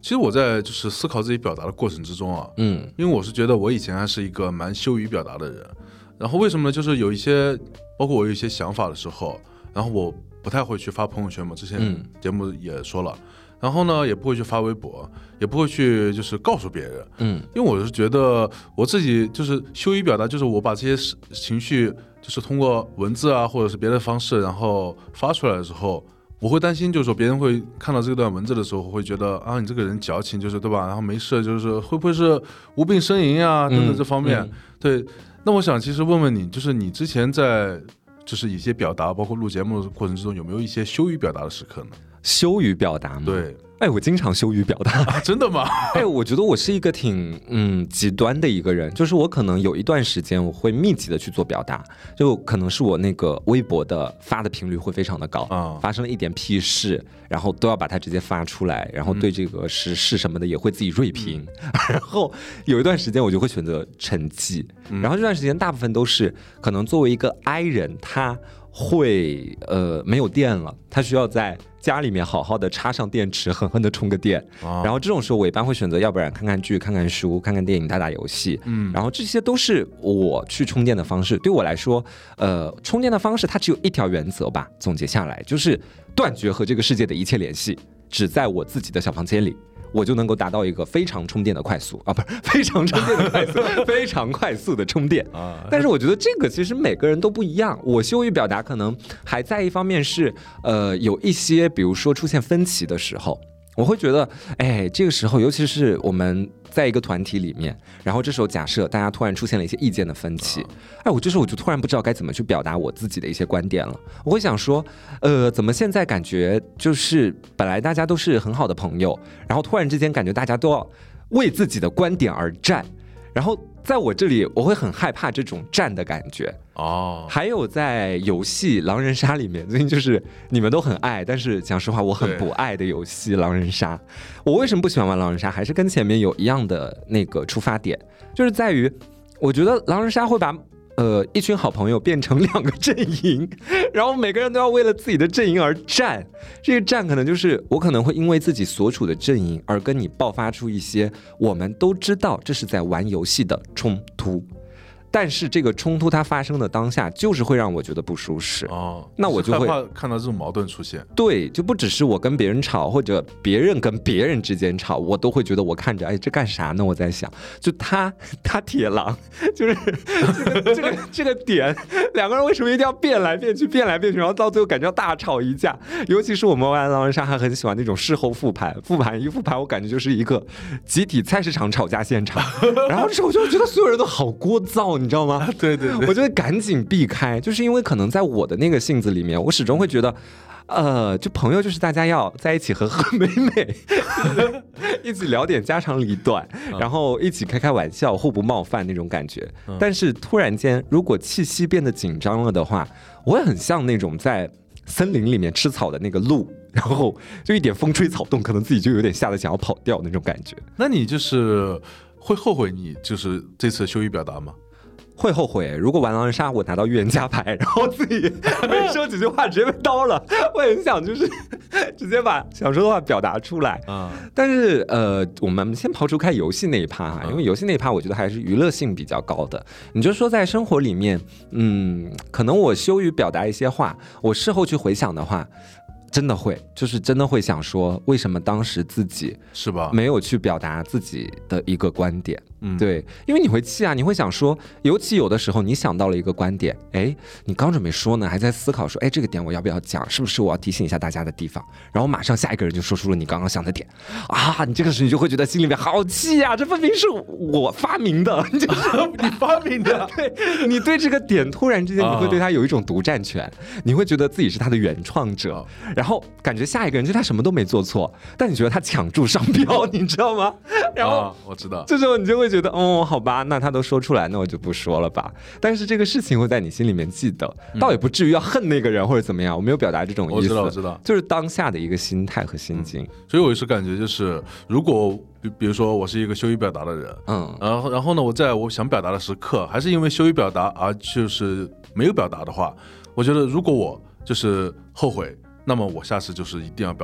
Speaker 2: 其实我在就是思考自己表达的过程之中啊，因为我是觉得我以前还是一个蛮羞于表达的人，然后为什么呢？就是有一些，包括我有一些想法的时候，然后我不太会去发朋友圈嘛，之前节目也说了，然后呢也不会去发微博，也不会去就是告诉别人，因为我是觉得我自己就是羞于表达，就是我把这些情绪就是通过文字啊或者是别的方式，然后发出来的时候。我会担心，就是说别人会看到这段文字的时候，会觉得啊，你这个人矫情，就是对吧？然后没事，就是会不会是无病呻吟啊等等这方面。对，那我想其实问问你，就是你之前在就是一些表达，包括录节目的过程之中，有没有一些羞于表达的时刻呢？
Speaker 1: 羞于表达吗？
Speaker 2: 对。
Speaker 1: 我经常羞于表达
Speaker 2: 啊，真的吗？
Speaker 1: 我觉得我是一个挺极端的一个人，就是我可能有一段时间我会密集的去做表达，就可能是我那个微博的发的频率会非常的高，发生了一点屁事，然后都要把它直接发出来，然后对这个时事什么的也会自己锐评，然后有一段时间我就会选择沉寂，然后这段时间大部分都是可能作为一个 I 人，他会没有电了，他需要在家里面好好的插上电池，狠狠的充个电，然后这种时候我一般会选择，要不然看看剧、看看书、看看电影、打打游戏，然后这些都是我去充电的方式。对我来说，充电的方式它只有一条原则吧，总结下来就是断绝和这个世界的一切联系，只在我自己的小房间里。我就能够达到一个非常充电的快速啊，不是非常充电的快速，非常快速的充电啊。但是我觉得这个其实每个人都不一样。我羞于表达，可能还在一方面是有一些，比如说出现分歧的时候。我会觉得，这个时候，尤其是我们在一个团体里面，然后这时候假设大家突然出现了一些意见的分歧，我这时候我就突然不知道该怎么去表达我自己的一些观点了。我会想说，怎么现在感觉就是本来大家都是很好的朋友，然后突然之间感觉大家都要为自己的观点而战，然后在我这里我会很害怕这种战的感觉。还有在游戏狼人杀里面，最近就是你们都很爱，但是讲实话我很不爱的游戏狼人杀。我为什么不喜欢玩狼人杀，还是跟前面有一样的那个出发点，就是在于我觉得狼人杀会把一群好朋友变成2个阵营，然后每个人都要为了自己的阵营而战。这个战可能就是我可能会因为自己所处的阵营而跟你爆发出一些我们都知道这是在玩游戏的冲突，但是这个冲突它发生的当下就是会让我觉得不舒适那我就会
Speaker 2: 害怕看到这种矛盾出现。
Speaker 1: 对，就不只是我跟别人吵，或者别人跟别人之间吵，我都会觉得我看着这干啥呢？我在想，就他铁狼，就是这个点，2个人为什么一定要变来变去，然后到最后感觉要大吵一架？尤其是我们玩狼人杀还很喜欢那种事后复盘，一复盘我感觉就是一个集体菜市场吵架现场，然后这时候我就觉得所有人都好聒噪。你知道吗？
Speaker 2: 对，
Speaker 1: 我就会赶紧避开，就是因为可能在我的那个性子里面，我始终会觉得，就朋友就是大家要在一起和和美美，一起聊点家长里短，然后一起开开玩笑，互不冒犯那种感觉。但是突然间，如果气息变得紧张了的话，我会很像那种在森林里面吃草的那个鹿，然后就一点风吹草动，可能自己就有点吓得想要跑掉那种感觉。
Speaker 2: 那你就是会后悔你就是这次羞于表达吗？
Speaker 1: 会后悔，如果玩狼人杀我拿到预言家牌，然后自己没说几句话直接被刀了，我很想就是直接把想说的话表达出来但是我们先刨除开游戏那一趴因为游戏那一趴我觉得还是娱乐性比较高的。你就说在生活里面可能我羞于表达一些话，我事后去回想的话，真的会想说，为什么当时自己
Speaker 2: 是吧
Speaker 1: 没有去表达自己的一个观点？对，因为你会气你会想说，尤其有的时候你想到了一个观点，你刚准备说呢，还在思考说，这个点我要不要讲，是不是我要提醒一下大家的地方，然后马上下一个人就说出了你刚刚想的点你这个时候你就会觉得心里面好气这分明是我发明的，
Speaker 2: 你发明的，
Speaker 1: 对，你对这个点突然之间你会对他有一种独占权，你会觉得自己是他的原创者，然后感觉下一个人就他什么都没做错，但你觉得他抢注商标，你知道吗？然后
Speaker 2: 我知道，
Speaker 1: 这时候你就会觉得好吧，那他都说出来，那我就不说了吧。但是这个事情会在你心里面记得，倒也不至于要恨那个人或者怎么样，我没有表达这种意思。
Speaker 2: 我知道，
Speaker 1: 就是当下的一个心态和心境。
Speaker 2: 所以我是感觉就是，如果比如说我是一个羞于表达的人，然后呢，我在我想表达的时刻，还是因为羞于表达而就是没有表达的话，我觉得如果我就是后悔，那么我下次就是一定要表达。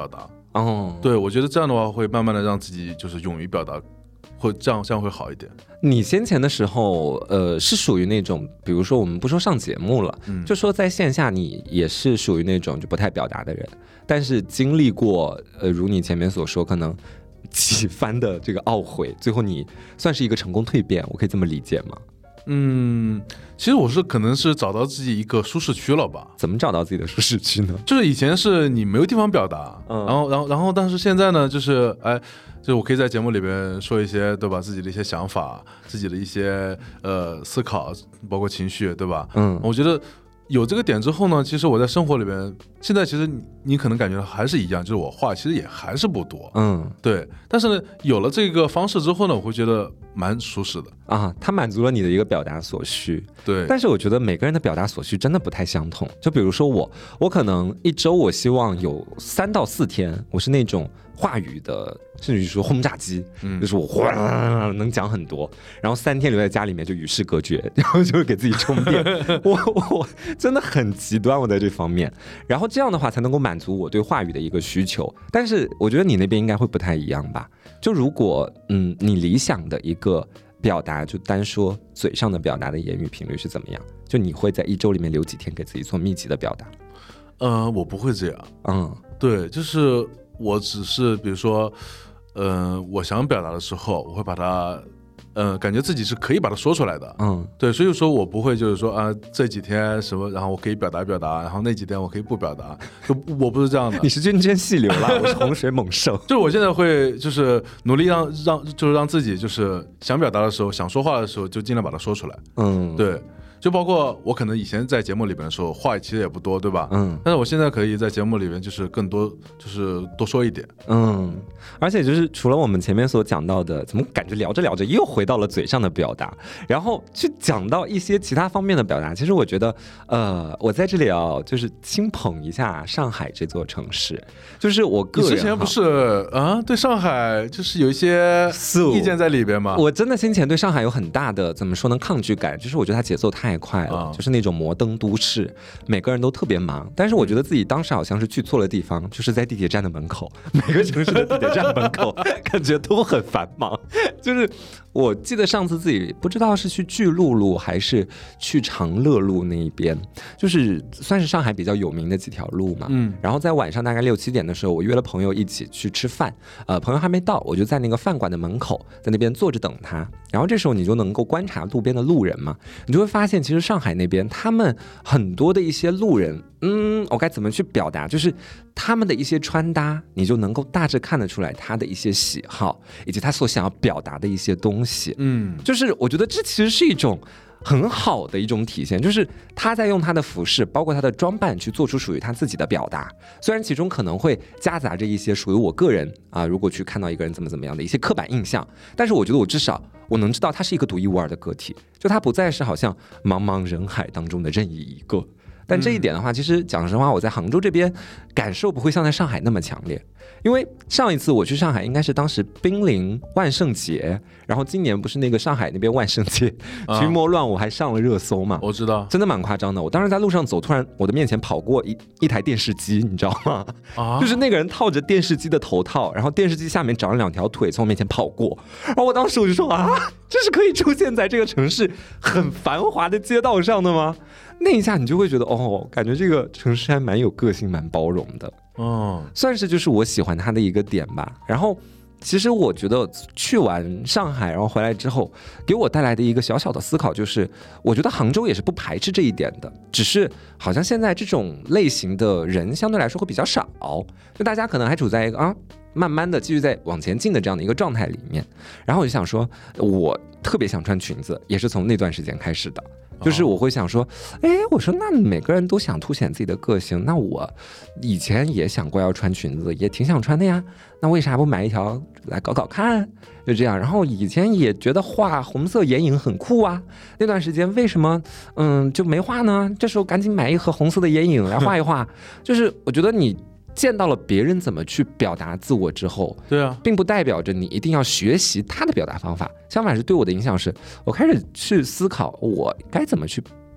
Speaker 2: 哦，对，我觉得这样的话会慢慢的让自己就是勇于表达，会这样会好一点。
Speaker 1: 你先前的时候，是属于那种，比如说我们不说上节目了，就说在线下你也是属于那种就不太表达的人，但是经历过如你前面所说，可能几番的这个懊悔，最后你算是一个成功蜕变，我可以这么理解吗？
Speaker 2: 其实我可能是找到自己一个舒适区了吧。
Speaker 1: 怎么找到自己的舒适区呢？
Speaker 2: 就是以前是你没有地方表达，然后但是现在呢，就是我可以在节目里边说一些，对吧？自己的一些想法，自己的一些思考，包括情绪，对吧？我觉得有这个点之后呢，其实我在生活里边，现在其实你可能感觉还是一样，就是我话其实也还是不多，对。但是呢，有了这个方式之后呢，我会觉得蛮舒适的
Speaker 1: 啊，它满足了你的一个表达所需，
Speaker 2: 对。
Speaker 1: 但是我觉得每个人的表达所需真的不太相同。就比如说我可能一周我希望有3到4天，我是那种话语的，甚至于说轰炸机，就是我哗能讲很多，然后3天留在家里面就与世隔绝，然后就会给自己充电。我真的很极端，我在这方面。然后这样的话才能够满足我对话语的一个需求。但是我觉得你那边应该会不太一样吧？就如果你理想的一个表达，就单说嘴上的表达的言语频率是怎么样？就你会在1周里面留几天给自己做密集的表达？
Speaker 2: 我不会这样。对，就是我只是比如说，我想表达的时候，我会把它。感觉自己是可以把它说出来的，对，所以说我不会就是说这几天什么，然后我可以表达，然后那几天我可以不表达，就我不是这样的。
Speaker 1: 你是涓涓细流啦，我是洪水猛兽。
Speaker 2: 就我现在会就是努力让自己就是想表达的时候，想说话的时候就尽量把它说出来，对。就包括我可能以前在节目里边的时候话其实也不多，对吧？但是我现在可以在节目里边就是更多，就是多说一点。
Speaker 1: 而且就是除了我们前面所讲到的，怎么感觉聊着聊着又回到了嘴上的表达，然后去讲到一些其他方面的表达。其实我觉得，我在这里就是轻捧一下上海这座城市。就是我个人，
Speaker 2: 你之前不是对上海就是有一些意见在里边吗？
Speaker 1: 我真的先前对上海有很大的怎么说呢抗拒感，就是我觉得它节奏太快了，就是那种摩登都市，每个人都特别忙。但是我觉得自己当时好像是去错了地方，就是在地铁站的门口，每个城市的地铁站门口感觉都很繁忙。就是我记得上次自己不知道是去巨鹿路还是去长乐路那一边，就是算是上海比较有名的几条路嘛。然后在晚上大概6、7点的时候，我约了朋友一起去吃饭，朋友还没到，我就在那个饭馆的门口，在那边坐着等他。然后这时候你就能够观察路边的路人嘛，你就会发现其实上海那边他们很多的一些路人，我该怎么去表达，就是他们的一些穿搭，你就能够大致看得出来他的一些喜好以及他所想要表达的一些东西。就是我觉得这其实是一种很好的一种体现，就是他在用他的服饰包括他的装扮去做出属于他自己的表达，虽然其中可能会夹杂着一些属于我个人如果去看到一个人怎么样的一些刻板印象，但是我觉得我至少我能知道他是一个独一无二的个体，就他不再是好像茫茫人海当中的任意一个。但这一点的话，其实讲实话，我在杭州这边感受不会像在上海那么强烈，因为上一次我去上海应该是当时濒临万圣节，然后今年不是那个上海那边万圣节群魔乱舞还上了热搜嘛？
Speaker 2: 我知道，
Speaker 1: 真的蛮夸张的。我当时在路上走，突然我的面前跑过一台电视机，你知道吗？就是那个人套着电视机的头套，然后电视机下面长了2条腿从我面前跑过，然后我当时我就说这是可以出现在这个城市很繁华的街道上的吗？那一下你就会觉得感觉这个城市还蛮有个性蛮包容的，算是就是我喜欢它的一个点吧。然后其实我觉得去完上海然后回来之后给我带来的一个小小的思考，就是我觉得杭州也是不排斥这一点的，只是好像现在这种类型的人相对来说会比较少，就大家可能还处在一个慢慢的继续在往前进的这样的一个状态里面。然后我就想说我特别想穿裙子，也是从那段时间开始的，就是我会想说我说那每个人都想凸显自己的个性，那我以前也想过要穿裙子，也挺想穿的呀，那为啥不买一条来搞搞看？就这样。然后以前也觉得画红色眼影很酷啊，那段时间为什么就没画呢？这时候赶紧买一盒红色的眼影来画一画。就是我觉得你见到了别人怎么去表达自我之后，
Speaker 2: 对啊，
Speaker 1: 并不代表着你一定要学习他的表达方法，相反是对我的影响是我开始去思考我该怎么去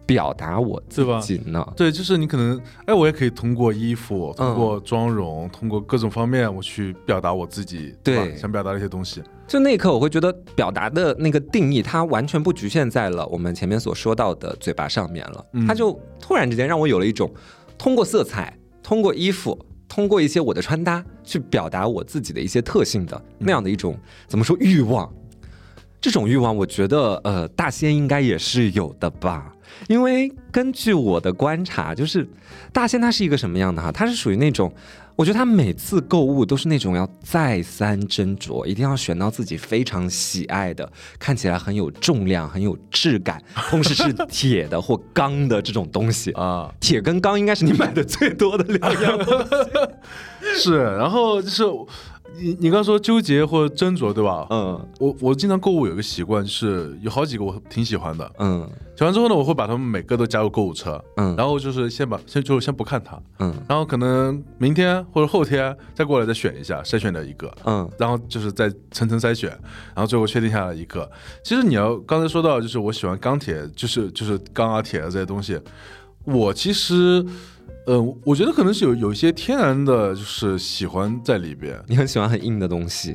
Speaker 1: 表达我自己呢？
Speaker 2: 对，就是你可能，我也可以通过衣服、通过妆容、通过各种方面，我去表达我自己，对吧？想表达的一些东西。
Speaker 1: 就那一刻，我会觉得表达的那个定义，它完全不局限在了我们前面所说到的嘴巴上面了。它就突然之间让我有了一种通过色彩、通过衣服、通过一些我的穿搭去表达我自己的一些特性的那样的一种怎么说欲望。这种欲望，我觉得大仙应该也是有的吧。因为根据我的观察，就是大仙他是一个什么样的哈？他是属于那种，我觉得他每次购物都是那种要再三斟酌，一定要选到自己非常喜爱的，看起来很有重量、很有质感，同时是铁的或钢的这种东西啊。铁跟钢应该是你买的最多的两样东西。
Speaker 2: 是，然后就是你刚说纠结或者斟酌，对吧？我经常购物有一个习惯，就是有好几个我挺喜欢的。喜欢之后呢，我会把它们每个都加入购物车。然后就是先不看它。然后可能明天或者后天再过来再选一下，筛选掉一个。然后就是再层层筛选，然后最后确定下来一个。其实你要刚才说到，就是我喜欢钢铁，就是钢啊铁啊这些东西，我其实。我觉得可能是有一些天然的，就是喜欢在里边。
Speaker 1: 你很喜欢很硬的东西，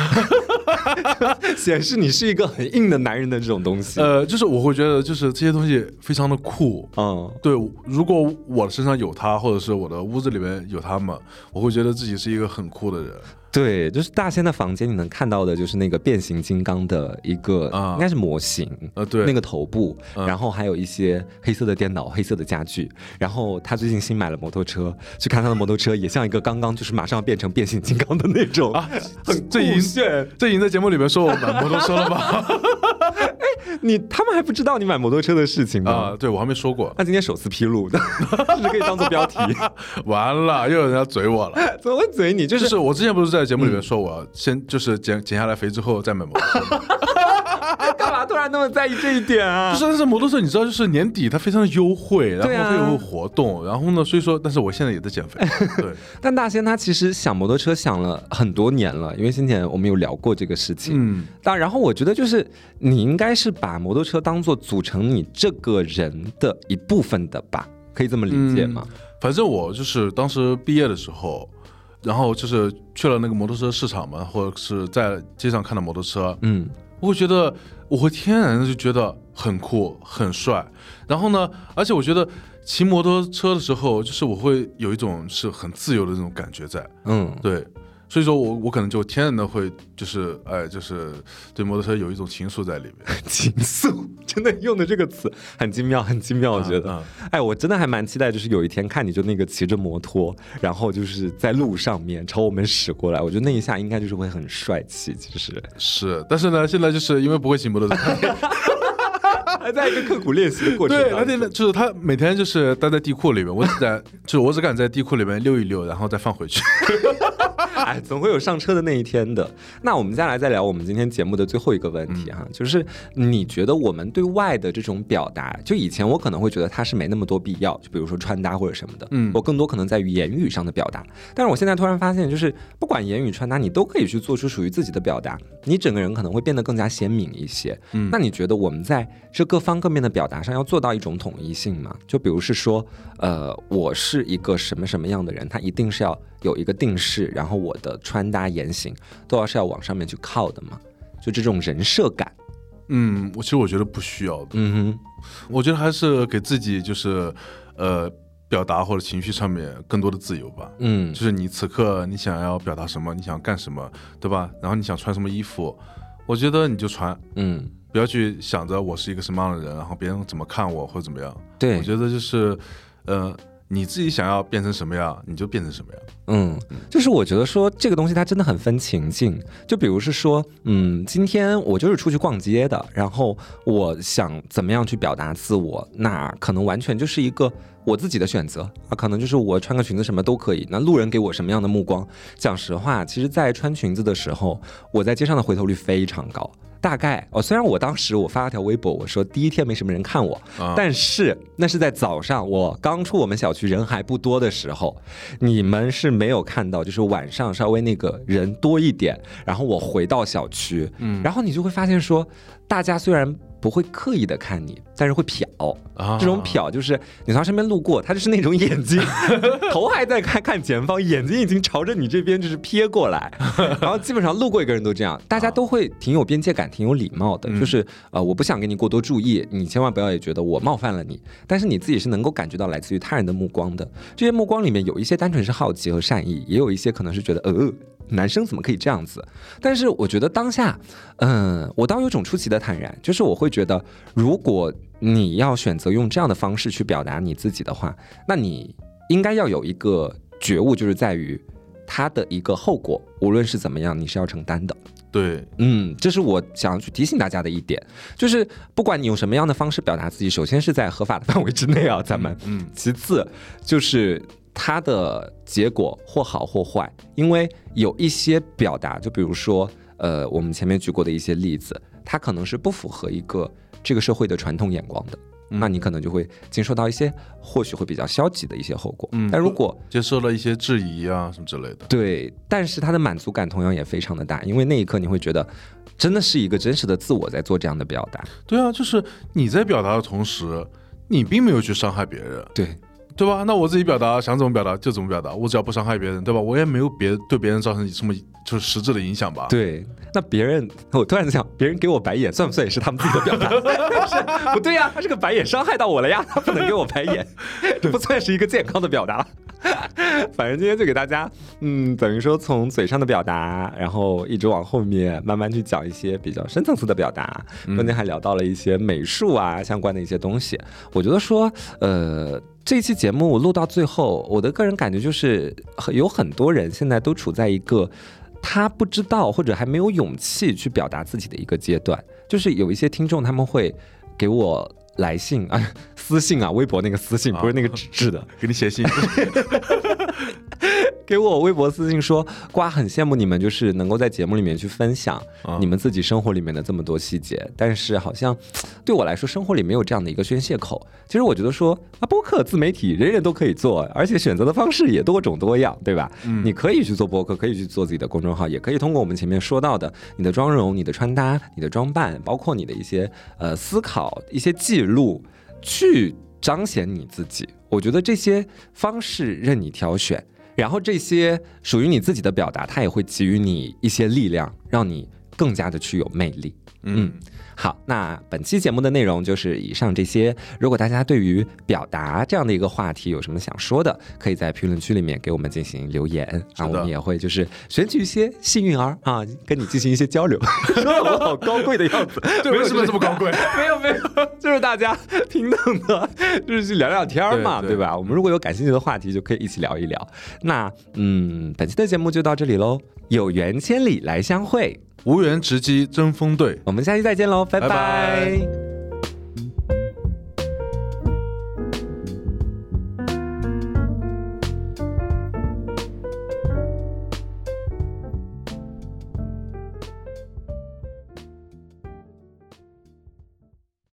Speaker 1: 显示你是一个很硬的男人的这种东西。
Speaker 2: 就是我会觉得，就是这些东西非常的酷。对，如果我身上有它，或者是我的屋子里面有它们，我会觉得自己是一个很酷的人。
Speaker 1: 对，就是大仙的房间，你能看到的就是那个变形金刚的一个，应该是模型，
Speaker 2: 对，
Speaker 1: 那个头部，然后还有一些黑色的电脑、黑色的家具。然后他最近新买了摩托车，去看他的摩托车，也像一个刚刚就是马上要变成变形金刚的那种啊，很酷炫。
Speaker 2: 这已经在节目里面说我买摩托车了吧？
Speaker 1: 他们还不知道你买摩托车的事情吗？
Speaker 2: 对，我还没说过。
Speaker 1: 那今天首次披露的，就是可以当做标题。
Speaker 2: 完了，又有人要嘴我了。
Speaker 1: 怎么会嘴你？
Speaker 2: 就是我之前不是在节目里面说我要先就是减下来肥之后再买摩托车。
Speaker 1: 干嘛突然那么在意这一点啊？
Speaker 2: 就是摩托车，你知道，就是年底它非常的优惠，然后会有活动，然后呢，所以说，但是我现在也在减肥。对，
Speaker 1: 但大仙他其实想摩托车想了很多年了，因为先前我们有聊过这个事情。然后我觉得就是你应该是把摩托车当做组成你这个人的一部分的吧，可以这么理解吗？
Speaker 2: 反正我就是当时毕业的时候。然后就是去了那个摩托车市场嘛，或者是在街上看到摩托车，我会觉得我会天然的就觉得很酷很帅。然后呢，而且我觉得骑摩托车的时候，就是我会有一种是很自由的那种感觉在，对。所以说我可能就天然的会就是就是对摩托车有一种情愫在里面。
Speaker 1: 情愫，真的用的这个词很精妙，很精妙，我觉得。我真的还蛮期待，就是有一天看你就那个骑着摩托，然后就是在路上面朝我们驶过来，我觉得那一下应该就是会很帅气。其实是，
Speaker 2: 但是呢，现在就是因为不会骑摩托车。
Speaker 1: 还在一个刻苦练习的过程。
Speaker 2: 对，而且就是他每天就是待在地库里面，我只敢在地库里面溜一溜，然后再放回去。
Speaker 1: 总会有上车的那一天的。那我们再聊我们今天节目的最后一个问题哈，就是你觉得我们对外的这种表达，就以前我可能会觉得它是没那么多必要，就比如说穿搭或者什么的，我更多可能在于言语上的表达。但是我现在突然发现，就是不管言语穿搭，你都可以去做出属于自己的表达，你整个人可能会变得更加鲜明一些。那你觉得我们在这各方各面的表达上要做到一种统一性吗？就比如是说，我是一个什么什么样的人，他一定是要有一个定式，然后我的穿搭言行都要往上面去靠的吗？就这种人设感。
Speaker 2: 其实我觉得不需要的。我觉得还是给自己就是表达或者情绪上面更多的自由吧。就是你此刻你想要表达什么，你想要干什么，对吧？然后你想穿什么衣服，我觉得你就穿。不要去想着我是一个什么样的人，然后别人怎么看我或者怎么样。
Speaker 1: 对，
Speaker 2: 我觉得就是你自己想要变成什么样你就变成什么样。
Speaker 1: 就是我觉得说这个东西它真的很分情境。就比如是说今天我就是出去逛街的，然后我想怎么样去表达自我，那可能完全就是一个我自己的选择可能就是我穿个裙子什么都可以，那路人给我什么样的目光，讲实话，其实在穿裙子的时候，我在街上的回头率非常高。大概虽然我当时我发了条微博，我说第一天没什么人看我，但是那是在早上我刚出我们小区人还不多的时候，你们是没有看到，就是晚上稍微那个人多一点，然后我回到小区，然后你就会发现说，大家虽然不会刻意的看你，但是会瞟。这种瞟就是你从他身边路过，他就是那种眼睛头还在看前方，眼睛已经朝着你这边就是瞥过来。然后基本上路过一个人都这样，大家都会挺有边界感，挺有礼貌的。就是我不想给你过多注意，你千万不要也觉得我冒犯了你，但是你自己是能够感觉到来自于他人的目光的。这些目光里面有一些单纯是好奇和善意，也有一些可能是觉得男生怎么可以这样子。但是我觉得当下我倒有种出奇的坦然，就是我会觉得如果你要选择用这样的方式去表达你自己的话，那你应该要有一个觉悟，就是在于它的一个后果，无论是怎么样你是要承担的。
Speaker 2: 对，
Speaker 1: 这是我想要去提醒大家的一点，就是不管你用什么样的方式表达自己，首先是在合法的范围之内啊，咱们其次就是它的结果或好或坏，因为有一些表达，就比如说我们前面举过的一些例子，它可能是不符合一个这个社会的传统眼光的，那你可能就会经受到一些或许会比较消极的一些后果。但如果
Speaker 2: 接受了一些质疑啊什么之类的，
Speaker 1: 对，但是它的满足感同样也非常的大，因为那一刻你会觉得真的是一个真实的自我在做这样的表达。
Speaker 2: 对啊，就是你在表达的同时，你并没有去伤害别人。对吧？那我自己表达想怎么表达就怎么表达，我只要不伤害别人，对吧？我也没有对别人造成什么就是实质的影响吧？
Speaker 1: 对，那别人，我突然想，别人给我白眼算不算也是他们自己的表达？不对呀，他这个白眼伤害到我了呀，他不能给我白眼，这不算是一个健康的表达。反正今天就给大家，等于说从嘴上的表达，然后一直往后面慢慢去讲一些比较深层次的表达，中间还聊到了一些美术啊相关的一些东西。我觉得说，这一期节目录到最后，我的个人感觉就是有很多人现在都处在一个他不知道或者还没有勇气去表达自己的一个阶段。就是有一些听众他们会给我来信啊，私信啊，微博那个私信，不是那个纸质的，
Speaker 2: 给你写信。
Speaker 1: 给我微博私信说，瓜很羡慕你们，就是能够在节目里面去分享你们自己生活里面的这么多细节，但是好像对我来说生活里没有这样的一个宣泄口。其实我觉得说播客自媒体人人都可以做，而且选择的方式也多种多样，对吧？你可以去做播客，可以去做自己的公众号，也可以通过我们前面说到的你的妆容、你的穿搭、你的装扮，包括你的一些思考、一些记录，去彰显你自己。我觉得这些方式任你挑选，然后这些属于你自己的表达，它也会给予你一些力量，让你更加的去有魅力。好，那本期节目的内容就是以上这些。如果大家对于表达这样的一个话题有什么想说的，可以在评论区里面给我们进行留言啊，我们也会就是选取一些幸运儿啊，跟你进行一些交流。说的我好高贵的样子，
Speaker 2: 对，为什么这么高贵？
Speaker 1: 没有，就是大家平等的，就是去聊聊天嘛，对吧？我们如果有感兴趣的话题，就可以一起聊一聊。那本期的节目就到这里喽，有缘千里来相会，
Speaker 2: 无缘直击争锋队，
Speaker 1: 我们下期再见喽，拜拜。